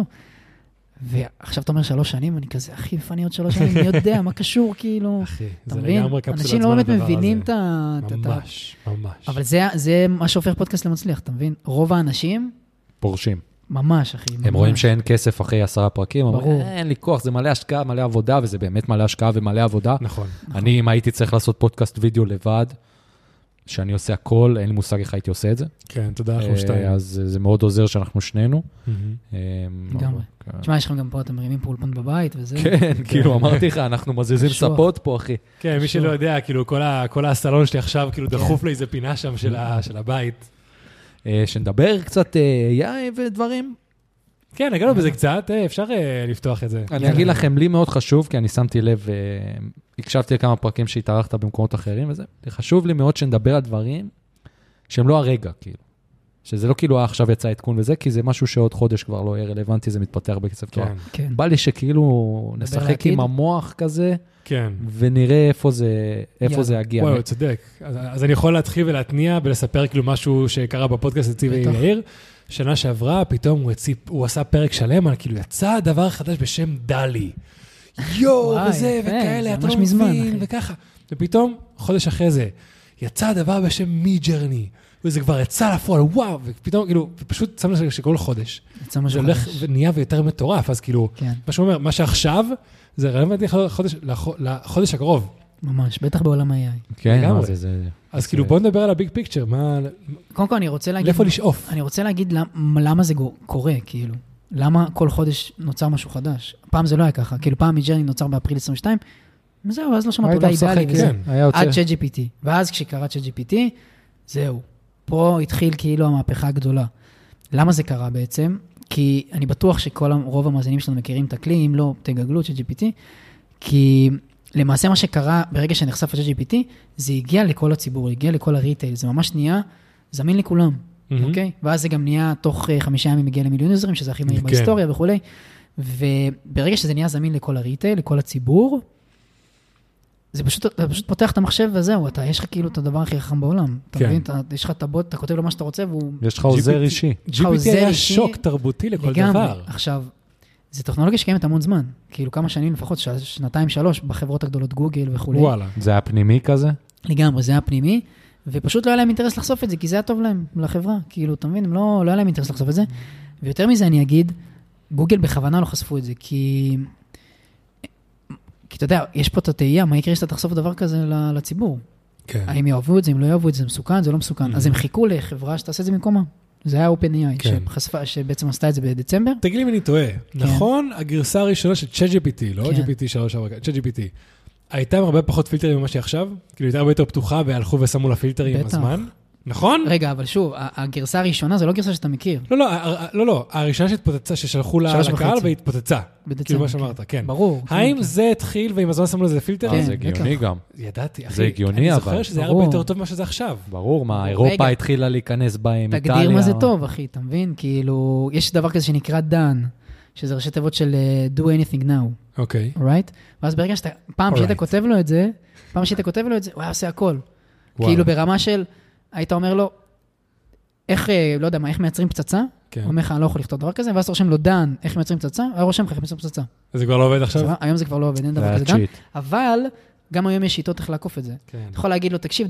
ועכשיו אתה אומר 3 שנים, אני כזה, אחי, לפני עוד 3 שנים, אני יודע, מה קשור, כאילו. אחי, זה לגמרי קפסולת אנשים לא באמת מבינים את ממש, ממש. אבל זה מה שהופך פודקאסט למצליח, אתה מבין? רוב האנשים... פורשים. ממש, אחי. הם רואים שאין כסף אחרי 10 פרקים, אומרים, אין לי כוח, זה מלא השקעה, מלא עבודה, וזה באמת מלא השקעה ומלא עבודה. נכון. אני, אם הייתי צריך לעשות פודקאסט וידאו לבד, שאני עושה הכל, אין לי מושג איך הייתי עושה את זה. כן, תודה, אנחנו 2. אז זה מאוד עוזר שאנחנו שנינו. לגמרי. תשמע, יש לכם גם פה, אתם מרימים פה אולפן בבית, וזה... כן, כאילו, אמרתי לך, אנחנו מזיזים ספות פה, אחי. כן, מי שלא יודע, כאילו, כל הסלון שלי עכשיו, כאילו, דחוף לאיזה פינה שם של הבית. שנדבר קצת יאי ודברים. כן, נגענו בזה קצת, אפשר לפתוח את זה. אני אגיד לכם, לי מאוד חשוב, כי אני שמתי לב, הקשבתי לכמה פרקים שהתארחת במקומות אחרים, וזה חשוב לי מאוד שנדבר על דברים שהם לא הרגע, כאילו. שזה לא כאילו, עכשיו יצא עדכון וזה, כי זה משהו שעוד חודש כבר לא יהיה רלוונטי, זה מתפתח בקצב תואר. בא לי שכאילו נשחק עם המוח כזה, ונראה איפה זה יגיע. וואו, צודק. אז אני יכול להתחיל ולהתניע ולספר כאילו משהו שקרה בפודקאסט אצלי ויאיר. שנה שעברה, פתאום הוא עשה פרק שלם, כאילו יצא דבר חדש בשם דלי. יואו, וזה, וכאלה, אתה לא מבין, וככה. ופתאום, חודש אחרי זה, יצא הדבר בשם מי-ג'רני, וזה כבר יצא לפועל, וואו, ופתאום, כאילו, פשוט שם לזה שכל חודש, זה הולך ונהיה ויותר מטורף, אז כאילו, מה שהוא אומר, מה שעכשיו, זה רלוונטי לחודש הקרוב. ממש, בטח בעולם ה-AI. כן, אז כאילו, בוא נדבר על הביג פיקצ'ר, מה... קודם כל, אני רוצה להגיד... לאיפה לשאוף? אני רוצה להגיד למה זה קורה, כאילו. למה כל חודש נוצר משהו חדש? פעם זה לא היה ככה, כאילו פעם מג'רני נוצר באפריל 22, וזהו, אז לא שמעת אולי אידאלי, עד ChatGPT. ואז כשקרה ChatGPT, זהו. פה התחיל כאילו המהפכה הגדולה. למה זה קרה בעצם? כי אני בטוח רוב המאזינים שלנו מכירים את הכלי, אם לא תגגלו ChatGPT, כי למעשה מה שקרה ברגע שנחשף ChatGPT, זה הגיע לכל הציבור, הגיע לכל הריטייל, זה ממש נהיה זמין לכולם. אוקיי? ואז זה גם נהיה, תוך 5 ימים מגיע למיליון יוזרים, שזה הכי מהיר בהיסטוריה וכו'. וברגע שזה נהיה זמין לכל הריטייל, לכל הציבור, זה פשוט פותח את המחשב וזהו, יש לך כאילו את הדבר הכי חכם בעולם. אתה מבין? יש לך את הבוט, אתה כותב לו מה שאתה רוצה, והוא... יש לך עוזר אישי. GPT היה שוק תרבותי לכל דבר. עכשיו, זה טכנולוגיה שקיימת המון זמן. כאילו כמה שנים לפחות, 2-3, בחברות הגדולות גוגל וכו'. וואלה. זה היה פנימי כזה? לגמרי, זה היה פנימי. ופשוט לא היה להם אינטרס לחשוף את זה, כי זה היה טוב להם, לחברה. כאילו, אתה מבין? לא היה להם אינטרס לחשוף את זה. ויותר מזה אני אגיד, גוגל בכוונה לא חשפו את זה, כי אתה יודע, יש פה את התהייה, מה יקרה שאתה תחשוף דבר כזה לציבור? כן. האם יאהבו את זה, אם לא יאהבו את זה, זה מסוכן, זה לא מסוכן. אז הם חיכו לחברה שתעשה את זה במקומה. זה היה OpenAI, שבעצם עשתה את זה בדצמבר. תגיד לי אם אני טועה. נכון, הגרסה הראשונה של ChatGPT, לא GPT 3, ChatGPT, הייתה הרבה פחות פילטרים ממה שעכשיו, כאילו הייתה הרבה יותר פתוחה, והלכו ושמו לה פילטרים עם הזמן. נכון? רגע, אבל שוב, הגרסה הראשונה זה לא גרסה שאתה מכיר. לא, הראשונה שהתפוצצה, ששלחו לה לקהל והתפוצצה. כאילו מה שאמרת, כן. ברור. האם זה התחיל ועם הזמן שמו לזה פילטרים? זה הגיוני גם. ידעתי, אחי. זה הגיוני, אני זוכר שזה היה הרבה יותר טוב ממה שזה עכשיו. ברור, מה, אירופה התחילה להיכנס בהם, איטליה. תגדיר מה זה טוב, אחי, אתה מבין? כאילו, יש דבר כזה שנקרא דן, שזה ראשי תיבות של do anything now. אוקיי. Right? ואז ברגע שאתה, פעם שאתה כותב לו את זה, הוא היה עושה הכל. כאילו ברמה של, היית אומר לו, איך, לא יודע מה, איך מייצרים פצצה? הוא אומר לך, אני לא יכול לכתוב דבר כזה, ואז אתה רושם לו דן, איך מייצרים פצצה? היה רושם לך, איך מייצרים פצצה. זה כבר לא עובד עכשיו? היום זה כבר לא עובד, אין דבר כזה דן. אבל, גם היום יש שיטות איך לעקוף את זה. אתה יכול להגיד לו, תקשיב,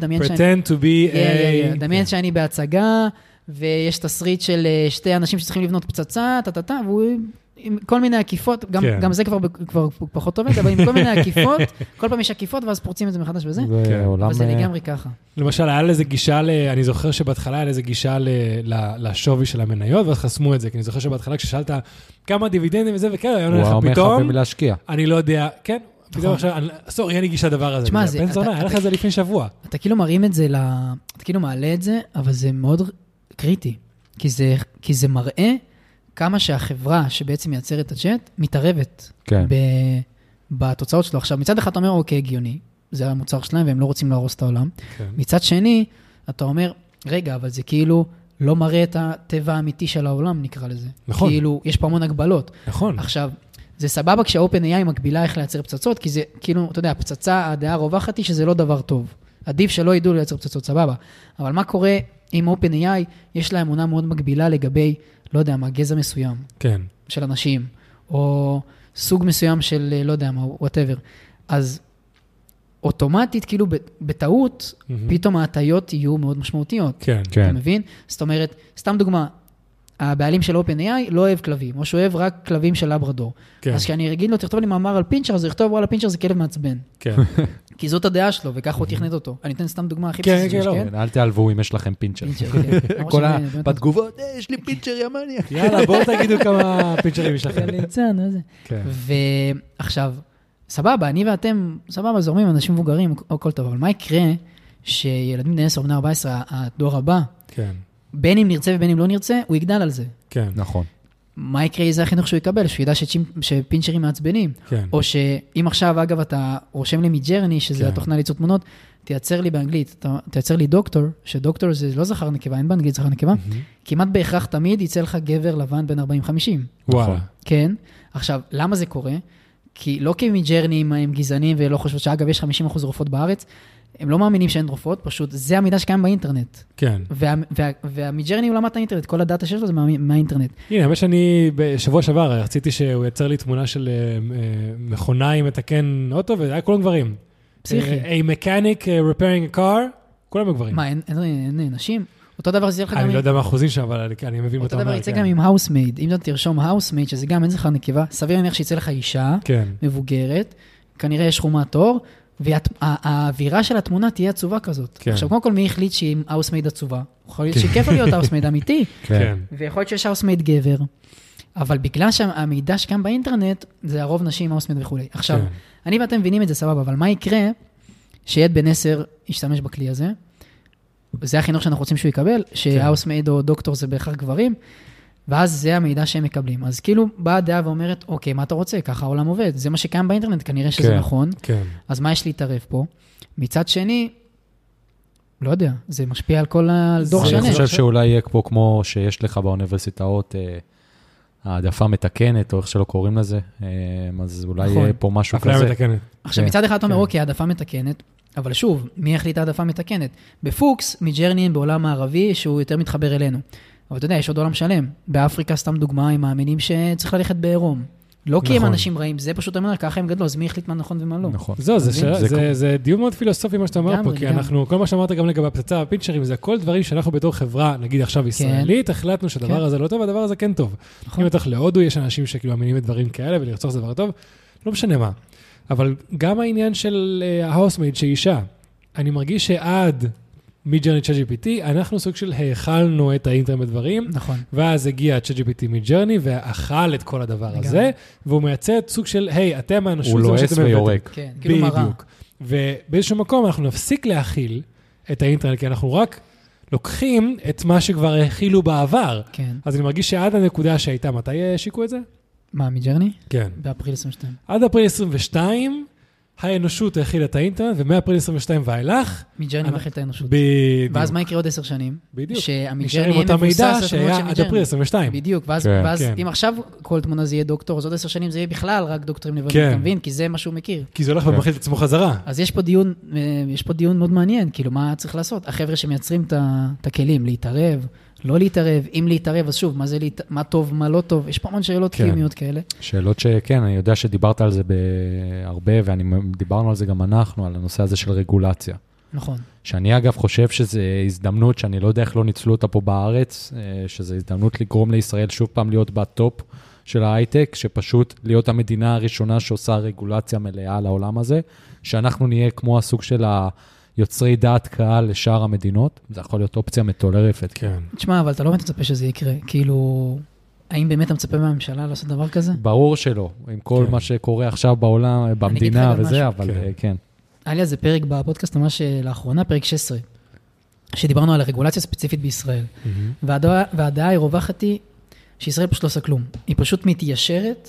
דמיין שאני בהצגה, ויש תסריט של 2 אנשים שצריכים לבנות פצצה, והוא עם כל מיני עקיפות, גם זה כבר פחות עובד, אבל עם כל מיני עקיפות, כל פעם יש עקיפות, ואז פורצים את זה מחדש וזה, וזה לגמרי ככה. למשל, היה לזה גישה, אני זוכר שבהתחלה היה לזה גישה לשווי של המניות, ואז חסמו את זה, כי אני זוכר שבהתחלה כששאלת כמה דיבידנדים וזה וכאלה, היה לך פתאום, אני לא יודע, כן, פתאום עכשיו, סורי, אין לי גישה דבר הזה, בן זונה, היה לך את זה לפני שבוע. אתה כאילו מרים את זה, אתה כאילו מעלה את זה, אבל זה מאוד קריטי, כי זה מראה כמה שהחברה שבעצם מייצרת את הצ'אט, מתערבת בתוצאות שלו. עכשיו, מצד אחד אתה אומר, אוקיי, הגיוני, זה המוצר שלהם, והם לא רוצים להרוס את העולם. מצד שני, אתה אומר, רגע, אבל זה כאילו לא מראה את הטבע האמיתי של העולם, נקרא לזה. נכון. כאילו, יש פה המון הגבלות. נכון. עכשיו, זה סבבה כשה-OpenAI מקבילה איך לייצר פצצות, כי זה כאילו, אתה יודע, הפצצה, הדעה הרווחת היא שזה לא דבר טוב. עדיף שלא ידעו לייצר פצצות, סבבה. אבל מה קורה עם OpenAI? יש לה אמונה מאוד מקבילה לגבי לא יודע מה, גזע מסוים. כן. של אנשים, או סוג מסוים של, לא יודע מה, whatever. אז אוטומטית, כאילו בטעות, פתאום ההטיות יהיו מאוד משמעותיות. כן. אתה מבין? זאת אומרת, סתם דוגמה, הבעלים של OpenAI לא אוהב כלבים, או שהוא אוהב רק כלבים של לברדור. כן. אז כשאני רגיל לו, תכתוב לי מאמר על פינצ'ר, אז הוא יכתוב, וואלה, פינצ'ר זה כלב מעצבן. כן. כי זאת הדעה שלו, וכך הוא תכנת אותו. אני אתן סתם דוגמה הכי בסיסית שיש, כן? אל תעלבו אם יש לכם פינצ'ר. כל בתגובות, יש לי פינצ'ר ימניה. יאללה, בואו תגידו כמה פינצ'רים יש לכם. ועכשיו, סבבה, אני ואתם, סבבה, זורמים, אנשים מבוגרים, או כל טוב, אבל מה יקרה שילדים בני 10 או בני 14, הדור הבא, בין אם נרצה ובין אם לא נרצה, הוא יגדל על זה. כן, נכון. מה יקרה איזה החינוך שהוא יקבל? שהוא ידע שפינצ'רים מעצבנים. כן. או שאם עכשיו, אגב, אתה רושם לי מג'רני, שזה התוכנה ליצור תמונות, תייצר לי באנגלית, תייצר לי דוקטור, שדוקטור זה לא זכר נקבה, אין באנגלית זכר נקבה, כמעט בהכרח תמיד יצא לך גבר לבן בין 40-50. וואלה. כן. עכשיו, למה זה קורה? כי לא כמג'רני הם גזענים ולא חושבות שאגב, יש 50% רופאות בארץ, הם לא מאמינים שאין רופאות, פשוט זה המידע שקיים באינטרנט. כן. והמג'רני הוא למד את האינטרנט, כל הדאטה שיש לו זה מהאינטרנט. הנה, האמת שאני בשבוע שעבר רציתי שהוא ייצר לי תמונה של מכונה עם מתקן אוטו, וזה היה כולם גברים. פסיכי. A mechanic repairing a car, כולם גברים. מה, אין נשים? אותו דבר זה יצא לך גם... אני לא יודע מה האחוזים שם, אבל אני מבין מה אתה אומר. אותו דבר יצא גם עם האוסמייד. אם אתה תרשום האוסמייד, שזה גם אין זכר נקבה, סביר להניח שיצא לך אישה, מבוגרת, כנראה יש חומת עור, והאווירה של התמונה תהיה עצובה כזאת. עכשיו, קודם כל, מי החליט שהיא האוסמייד עצובה? יכול להיות שכיף להיות האוסמייד אמיתי. ויכול להיות שיש האוסמייד גבר. אבל בגלל שהמידע שגם באינטרנט, זה הרוב נשים, האוסמייד וכו'. עכשיו, אני ואתם מבינים את זה סבבה, אבל מה יקרה שילד בן 10 ישתמש בכלי הזה? זה החינוך שאנחנו רוצים שהוא יקבל, שהאוסמייד או דוקטור זה בהכרח גברים, ואז זה המידע שהם מקבלים. אז כאילו באה דעה ואומרת, אוקיי, מה אתה רוצה? ככה העולם עובד. זה מה שקיים באינטרנט, כנראה שזה נכון. אז מה יש להתערב פה? מצד שני, לא יודע, זה משפיע על כל הדור שני. אני חושב שאולי יהיה פה כמו שיש לך באוניברסיטאות, העדפה מתקנת, או איך שלא קוראים לזה, אז אולי יהיה פה משהו כזה. עכשיו, מצד אחד אתה אומר, אוקיי, העדפה מתקנת, אבל שוב, מי החליט העדפה מתקנת? בפוקס, מג'רנין בעולם הערבי, שהוא יותר מתחבר אלינו. אבל אתה יודע, יש עוד עולם שלם. באפריקה, סתם דוגמה, הם מאמינים שצריך ללכת בעירום. לא כי הם אנשים רעים, זה פשוט אומר, ככה הם גדלו, אז מי החליט מה נכון ומה לא. נכון. זהו, זה דיון מאוד פילוסופי מה שאתה אומר פה, כי אנחנו, כל מה שאמרת גם לגבי הפצצה והפינצ'רים, זה הכל דברים שאנחנו בתור חברה, נגיד עכשיו ישראלית, החלטנו שהדבר הזה לא טוב, והדבר הזה כן טוב. אם אתה להודו, יש אנשים שכאילו מאמינים בדברים כאלה, ולרצוח זה דבר טוב, לא משנה מה. אבל גם העניין של ההאוסמייד שאישה, אני מרגיש שעד מידג'רני ChatGPT, אנחנו סוג של האכלנו את האינטרנט בדברים, נכון. ואז הגיע ChatGPT מידג'רני, ואכל את כל הדבר הזה, והוא מייצר סוג של, היי, אתם האנושות, הוא לועס ויורק. כן, כאילו מראה. בדיוק. ובאיזשהו מקום אנחנו נפסיק להכיל את האינטרנט, כי אנחנו רק לוקחים את מה שכבר הכילו בעבר. כן. אז אני מרגיש שעד הנקודה שהייתה, מתי שיקו את זה? מה, מידג'רני? כן. באפריל 22. עד אפריל 22, האנושות הכילה את האינטרנט, ומאפריל 22 ואילך... מידג'רני מכיל את האנושות. בדיוק. ואז מה יקרה עוד 10 שנים? בדיוק. שהמידג'רני יהיה מבוסס על תמונות של מידג'רני. עד אפריל 22. בדיוק, ואז אם עכשיו כל תמונה זה יהיה דוקטור, אז עוד 10 שנים זה יהיה בכלל רק דוקטורים לבנים, אתה מבין? כי זה מה שהוא מכיר. כי זה הולך ומכיל את עצמו חזרה. אז יש פה דיון מאוד מעניין, כאילו מה צריך לעשות? החבר'ה שמייצרים את הכלים, להתערב, לא להתערב, אם להתערב, אז שוב, מה טוב, מה לא טוב, יש פה המון שאלות קיומיות כאלה. שאלות שכן, אני יודע שדיברת על זה בהרבה, ודיברנו על זה גם אנחנו, על הנושא הזה של רגולציה. נכון. שאני אגב חושב שזו הזדמנות, שאני לא יודע איך לא ניצלו אותה פה בארץ, שזו הזדמנות לגרום לישראל שוב פעם להיות בטופ של ההייטק, שפשוט להיות המדינה הראשונה שעושה רגולציה מלאה לעולם הזה, שאנחנו נהיה כמו הסוג של יוצרי דעת קהל לשאר המדינות, זה יכול להיות אופציה מטורפת. כן. תשמע, אבל אתה לא באמת מצפה שזה יקרה, כאילו, האם באמת אתה מצפה מהממשלה לעשות דבר כזה? ברור שלא, עם כל מה שקורה עכשיו בעולם, במדינה וזה, אבל כן. היה לי איזה פרק בפודקאסט ממש לאחרונה, פרק 16, שדיברנו על הרגולציה ספציפית בישראל, והדעה היא רווחת היא, שישראל פשוט לא עושה כלום. היא פשוט מתיישרת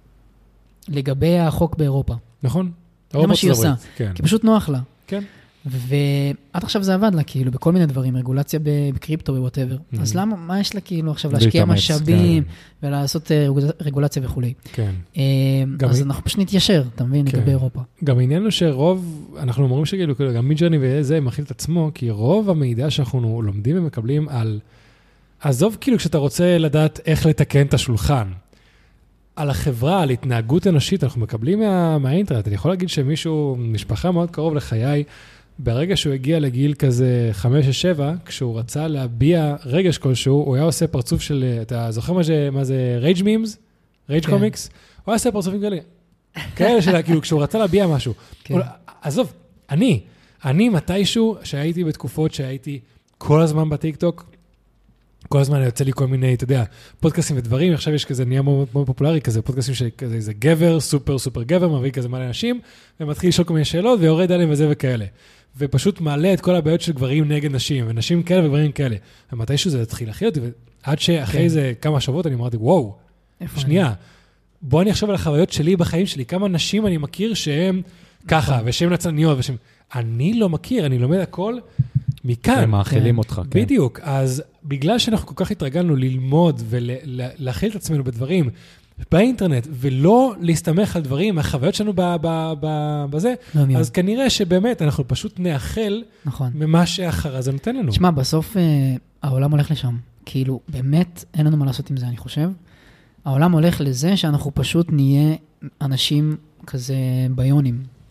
לגבי החוק באירופה. נכון. זה מה שהיא עושה. כי פשוט נוח לה. כן. ועד עכשיו זה עבד לה, כאילו, בכל מיני דברים, רגולציה בקריפטו ובוואטאבר. אז למה, מה יש לה, כאילו, עכשיו להשקיע משאבים, ולעשות רגולציה וכו'. כן. אז אנחנו פשוט נתיישר, אתה מבין, לגבי אירופה. גם העניין הוא שרוב, אנחנו אומרים שכאילו, גם מידג'רני וזה מכיל את עצמו, כי רוב המידע שאנחנו לומדים ומקבלים על, עזוב כאילו כשאתה רוצה לדעת איך לתקן את השולחן, על החברה, על התנהגות אנושית, אנחנו מקבלים מהאינטרנט. אני יכול להגיד שמישהו, משפחה מאוד קרוב לחיי, ברגע שהוא הגיע לגיל כזה 5-7, כשהוא רצה להביע רגש כלשהו, הוא היה עושה פרצוף של, אתה זוכר מה זה רייג' מימס? רייג' קומיקס? הוא היה עושה פרצופים כאלה שלה, כאילו כשהוא רצה להביע משהו. עזוב, אני מתישהו שהייתי בתקופות שהייתי כל הזמן בטיקטוק, כל הזמן יוצא לי כל מיני, אתה יודע, פודקאסים ודברים, עכשיו יש כזה נהיה מאוד, מאוד פופולרי, כזה פודקאסים שכזה איזה גבר, סופר גבר, מביא כזה מלא אנשים, ומתחיל לשאול כל מיני שאלות, ויורד עליהם וזה וכאלה. ופשוט מעלה את כל הבעיות של גברים נגד נשים, ונשים כאלה וגברים כאלה. ומתישהו זה התחיל להכיל אותי, ועד שאחרי זה כמה שבועות אני אמרתי, וואו, שנייה, בוא אני אחשוב על החוויות שלי בחיים שלי, כמה נשים אני מכיר שהם ככה, ושהם נצניות, ושהם... אני לא מכיר, אני לומד הכל מכאן. הם מאכילים אותך, כן. בדיוק, אז בגלל שאנחנו כל כך התרגלנו ללמוד ולהכיל את עצמנו בדברים באינטרנט, ולא להסתמך על דברים, מהחוויות שלנו בזה, אז כנראה שבאמת אנחנו פשוט נאחל ממה שאחר זה נותן לנו. תשמע, בסוף העולם הולך לשם. כאילו, באמת אין לנו מה לעשות עם זה, אני חושב. העולם הולך לזה שאנחנו פשוט נהיה אנשים כזה ביונים.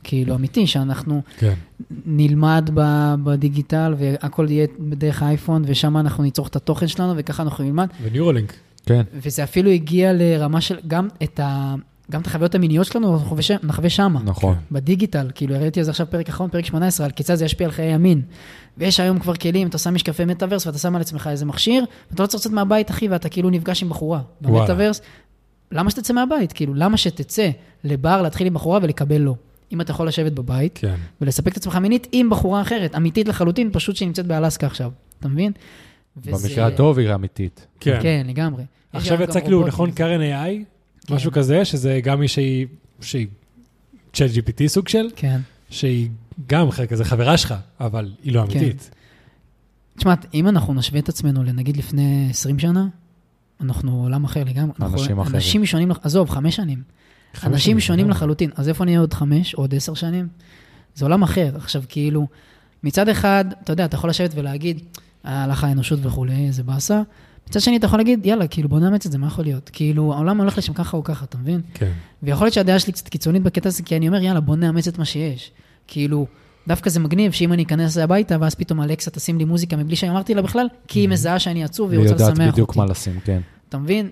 כאילו אמיתי, שאנחנו נלמד בדיגיטל, והכל יהיה בדרך האייפון, ושם אנחנו ניצור את התוכן שלנו, וככה אנחנו נלמד. וניורלינק. כן. וזה אפילו הגיע לרמה של גם את החוויות המיניות שלנו, אנחנו נחווה שמה. נכון. בדיגיטל, כאילו הראיתי אז עכשיו פרק אחרון, פרק 18, על כיצד זה ישפיע על חיי המין. ויש היום כבר כלים, אתה שם משקפי מטאברס, ואתה שם על עצמך איזה מכשיר, ואתה לא צריך לצאת מהבית, אחי, ואתה כאילו נפגש עם בחורה. במטאברס, למה שתצא מהבית? כאילו, למה שתצא לבר, להתחיל עם בחורה ולקבל לו? אם אתה יכול לשבת בבית, ולספק את עצמך מינית עם בחורה אחרת, אמיתית לחלוטין, פשוט שהיא נמצאת באלסקה עכשיו. אתה מבין? במקרה הטוב היא אמיתית. כן, לגמרי. עכשיו יצא כאילו, נכון, קארן AI, משהו כזה, שזה גם מי שהיא צ'אט GPT סוג של, שהיא גם חלק כזה חברה שלך, אבל היא לא אמיתית. תשמע, אם אנחנו נשווה את עצמנו לנגיד לפני 20 שנה, אנחנו עולם אחר לגמרי. אנשים אחרים. אנשים שונים, עזוב, 5 שנים. אנשים שונים לחלוטין. אז איפה נהיה עוד 5, עוד 10 שנים? זה עולם אחר. עכשיו, כאילו, מצד אחד, אתה יודע, אתה יכול לשבת ולהגיד, הלך האנושות וכו', זה בעשה. מצד שני, אתה יכול להגיד, יאללה, כאילו, בוא נאמץ את זה, מה יכול להיות? כאילו, העולם הולך לשם ככה או ככה, אתה מבין? כן. ויכול להיות שהדעה שלי קצת קיצונית בקטע הזה, כי אני אומר, יאללה, בוא נאמץ את מה שיש. כאילו, דווקא זה מגניב, שאם אני אכנס הביתה, ואז פתאום אלכסה תשים לי מוזיקה, מבלי שאני אמרתי לה בכלל, כי היא מזהה שאני עצוב, והיא רוצה לשמח אותי. ויודעת בדיוק מה לשים, כן. אתה מבין?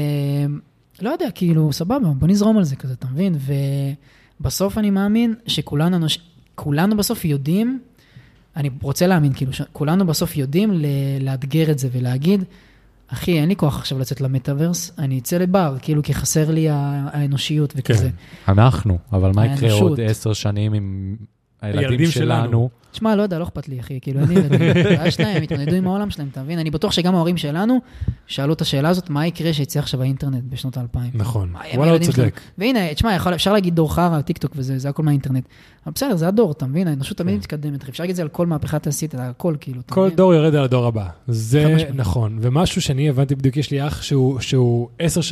לא יודע, כאילו, סבבה, בוא נזרום על זה כזה, אתה מבין? ובסוף אני מאמין שכולנו בסוף יודעים, אני רוצה להאמין, כאילו, כולנו בסוף יודעים לאתגר את זה ולהגיד, אחי, אין לי כוח עכשיו לצאת למטאברס, אני אצא לבר, כאילו, כי חסר לי האנושיות וכזה. אנחנו, אבל מה יקרה עוד 10 שנים עם הילדים שלנו? תשמע, לא יודע, לא אכפת לי, אחי, כאילו, אני ילדים, שלהם, התמודדו עם העולם שלהם, אתה מבין? אני בטוח שגם ההורים שלנו שאלו את השאלה הזאת, מה יקרה שיצא עכשיו האינטרנט בשנות ה-2000? נכון, וואלה, הוא צודק. והנה, תשמע, אפשר להגיד דור חרא, טיק טוק וזה, זה הכל מהאינטרנט. אבל בסדר, זה הדור, אתה מבין? האנושות תמיד מתקדמת, אפשר להגיד את זה על כל מהפכה תעשית, על הכל, כאילו. כל דור יורד על הדור הבא. זה נכון. ומשהו שאני הבנתי בדיוק, יש לי אח שהוא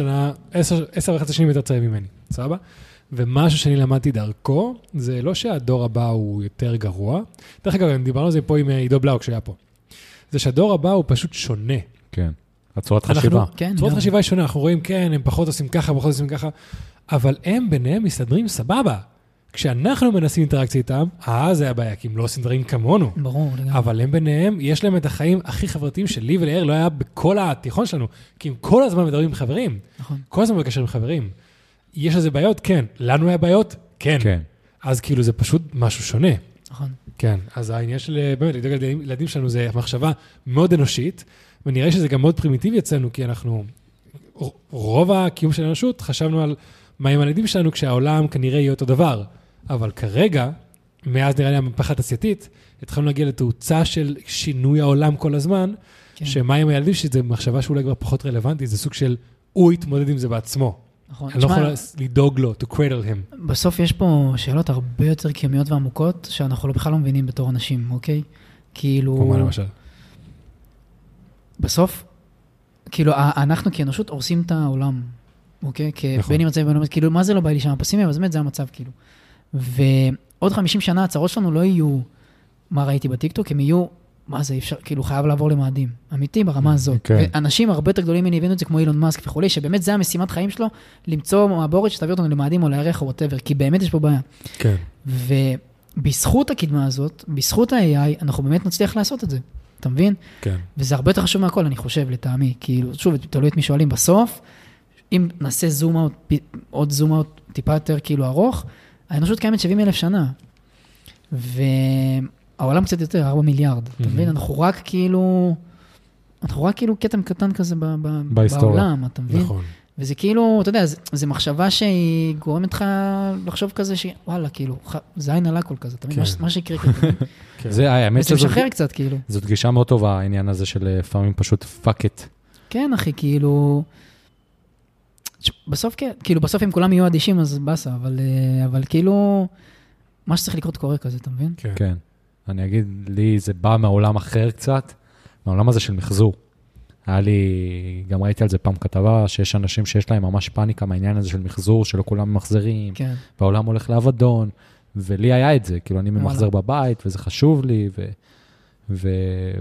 10.5 שנים יותר צעיר ממני, סבבה? ומשהו שאני למדתי דרכו, זה לא שהדור הבא הוא יותר גרוע. דרך אגב, דיברנו על זה פה עם עידו בלאו כשהיה פה. זה שהדור הבא הוא פשוט שונה. כן, הצורת חשיבה. צורת חשיבה היא שונה, אנחנו רואים, כן, הם פחות עושים ככה, פחות עושים ככה, אבל הם ביניהם מסתדרים סבבה. כשאנחנו מנסים אינטראקציה איתם, זה הבעיה, כי הם לא עושים דברים כמונו. ברור, לגמרי. אבל הם ביניהם, יש להם את החיים הכי חברתיים שלי ולאר לא היה בכל התיכון שלנו, כי הם כל הזמן מדברים עם חברים. נכון. כל הזמן בקשר עם חברים. יש לזה בעיות? כן. לנו היה בעיות? כן. כן. אז כאילו זה פשוט משהו שונה. נכון. כן. אז העניין של, באמת, לדאוג לילדים שלנו זה מחשבה מאוד אנושית, ונראה שזה גם מאוד פרימיטיבי אצלנו, כי אנחנו, רוב הקיום של האנושות, חשבנו על מה עם הילדים שלנו, כשהעולם כנראה יהיה אותו דבר. אבל כרגע, מאז נראה לי המהפכה התעשייתית, התחלנו להגיע לתאוצה של שינוי העולם כל הזמן, כן. שמה עם הילדים שזה מחשבה שאולי כבר פחות רלוונטית, זה סוג של הוא יתמודד עם זה בעצמו. נכון. אני לא יכול לדאוג לו, to cradle him. בסוף יש פה שאלות הרבה יותר קיומיות ועמוקות, שאנחנו בכלל לא מבינים בתור אנשים, אוקיי? כאילו... כמו מה למשל? בסוף, כאילו, אנחנו כאנושות הורסים את העולם, אוקיי? בין אם מצב, כאילו, מה זה לא בא לי שם הפסימי, אבל באמת זה המצב, כאילו. ועוד 50 שנה הצרות שלנו לא יהיו מה ראיתי בטיקטוק, הם יהיו, מה זה, אפשר, כאילו, חייב לעבור למאדים. אמיתי ברמה הזאת. ואנשים הרבה יותר גדולים הבינו את זה, כמו אילון מאסק וכולי, שבאמת זה המשימת חיים שלו, למצוא מעבורת שתביא אותנו למאדים או לירח או whatever, כי באמת יש פה בעיה. כן. ובזכות הקדמה הזאת, בזכות ה-AI, אנחנו באמת נצליח לעשות את זה. אתה מבין? כן. וזה הרבה יותר חשוב מהכל, אני חושב, לטעמי. כאילו, שוב, תלוי את מי שואלים בסוף, אם נעשה זום אאוט, עוד זום אאוט טיפה יותר כאילו ארוך, האנושות קיימת 70,000 שנה. והעולם קצת יותר, 4 מיליארד. אתה מבין? אנחנו רק כאילו קטן קטן כזה בעולם, אתה מבין? נכון. וזה כאילו, אתה יודע, זה מחשבה שהיא גורמת לך לחשוב כזה, שוואלה, כאילו, זה עין על הכל כזה, אתה מבין? מה שיקרה כזה. זה האמת שזה משחרר קצת, כאילו. זאת גישה מאוד טובה, העניין הזה של לפעמים פשוט fuck it. כן, אחי, כאילו... בסוף כן, כאילו בסוף אם כולם יהיו אדישים אז בסה, אבל כאילו מה שצריך לקרות קורה כזה, אתה מבין? כן. אני אגיד לי, זה בא מהעולם אחר קצת, מהעולם הזה של מחזור. היה לי, גם ראיתי על זה פעם כתבה, שיש אנשים שיש להם ממש פאניקה מהעניין הזה של מחזור, שלא כולם ממחזרים, והעולם הולך לאבדון, ולי היה את זה, כאילו אני ממחזר בבית, וזה חשוב לי,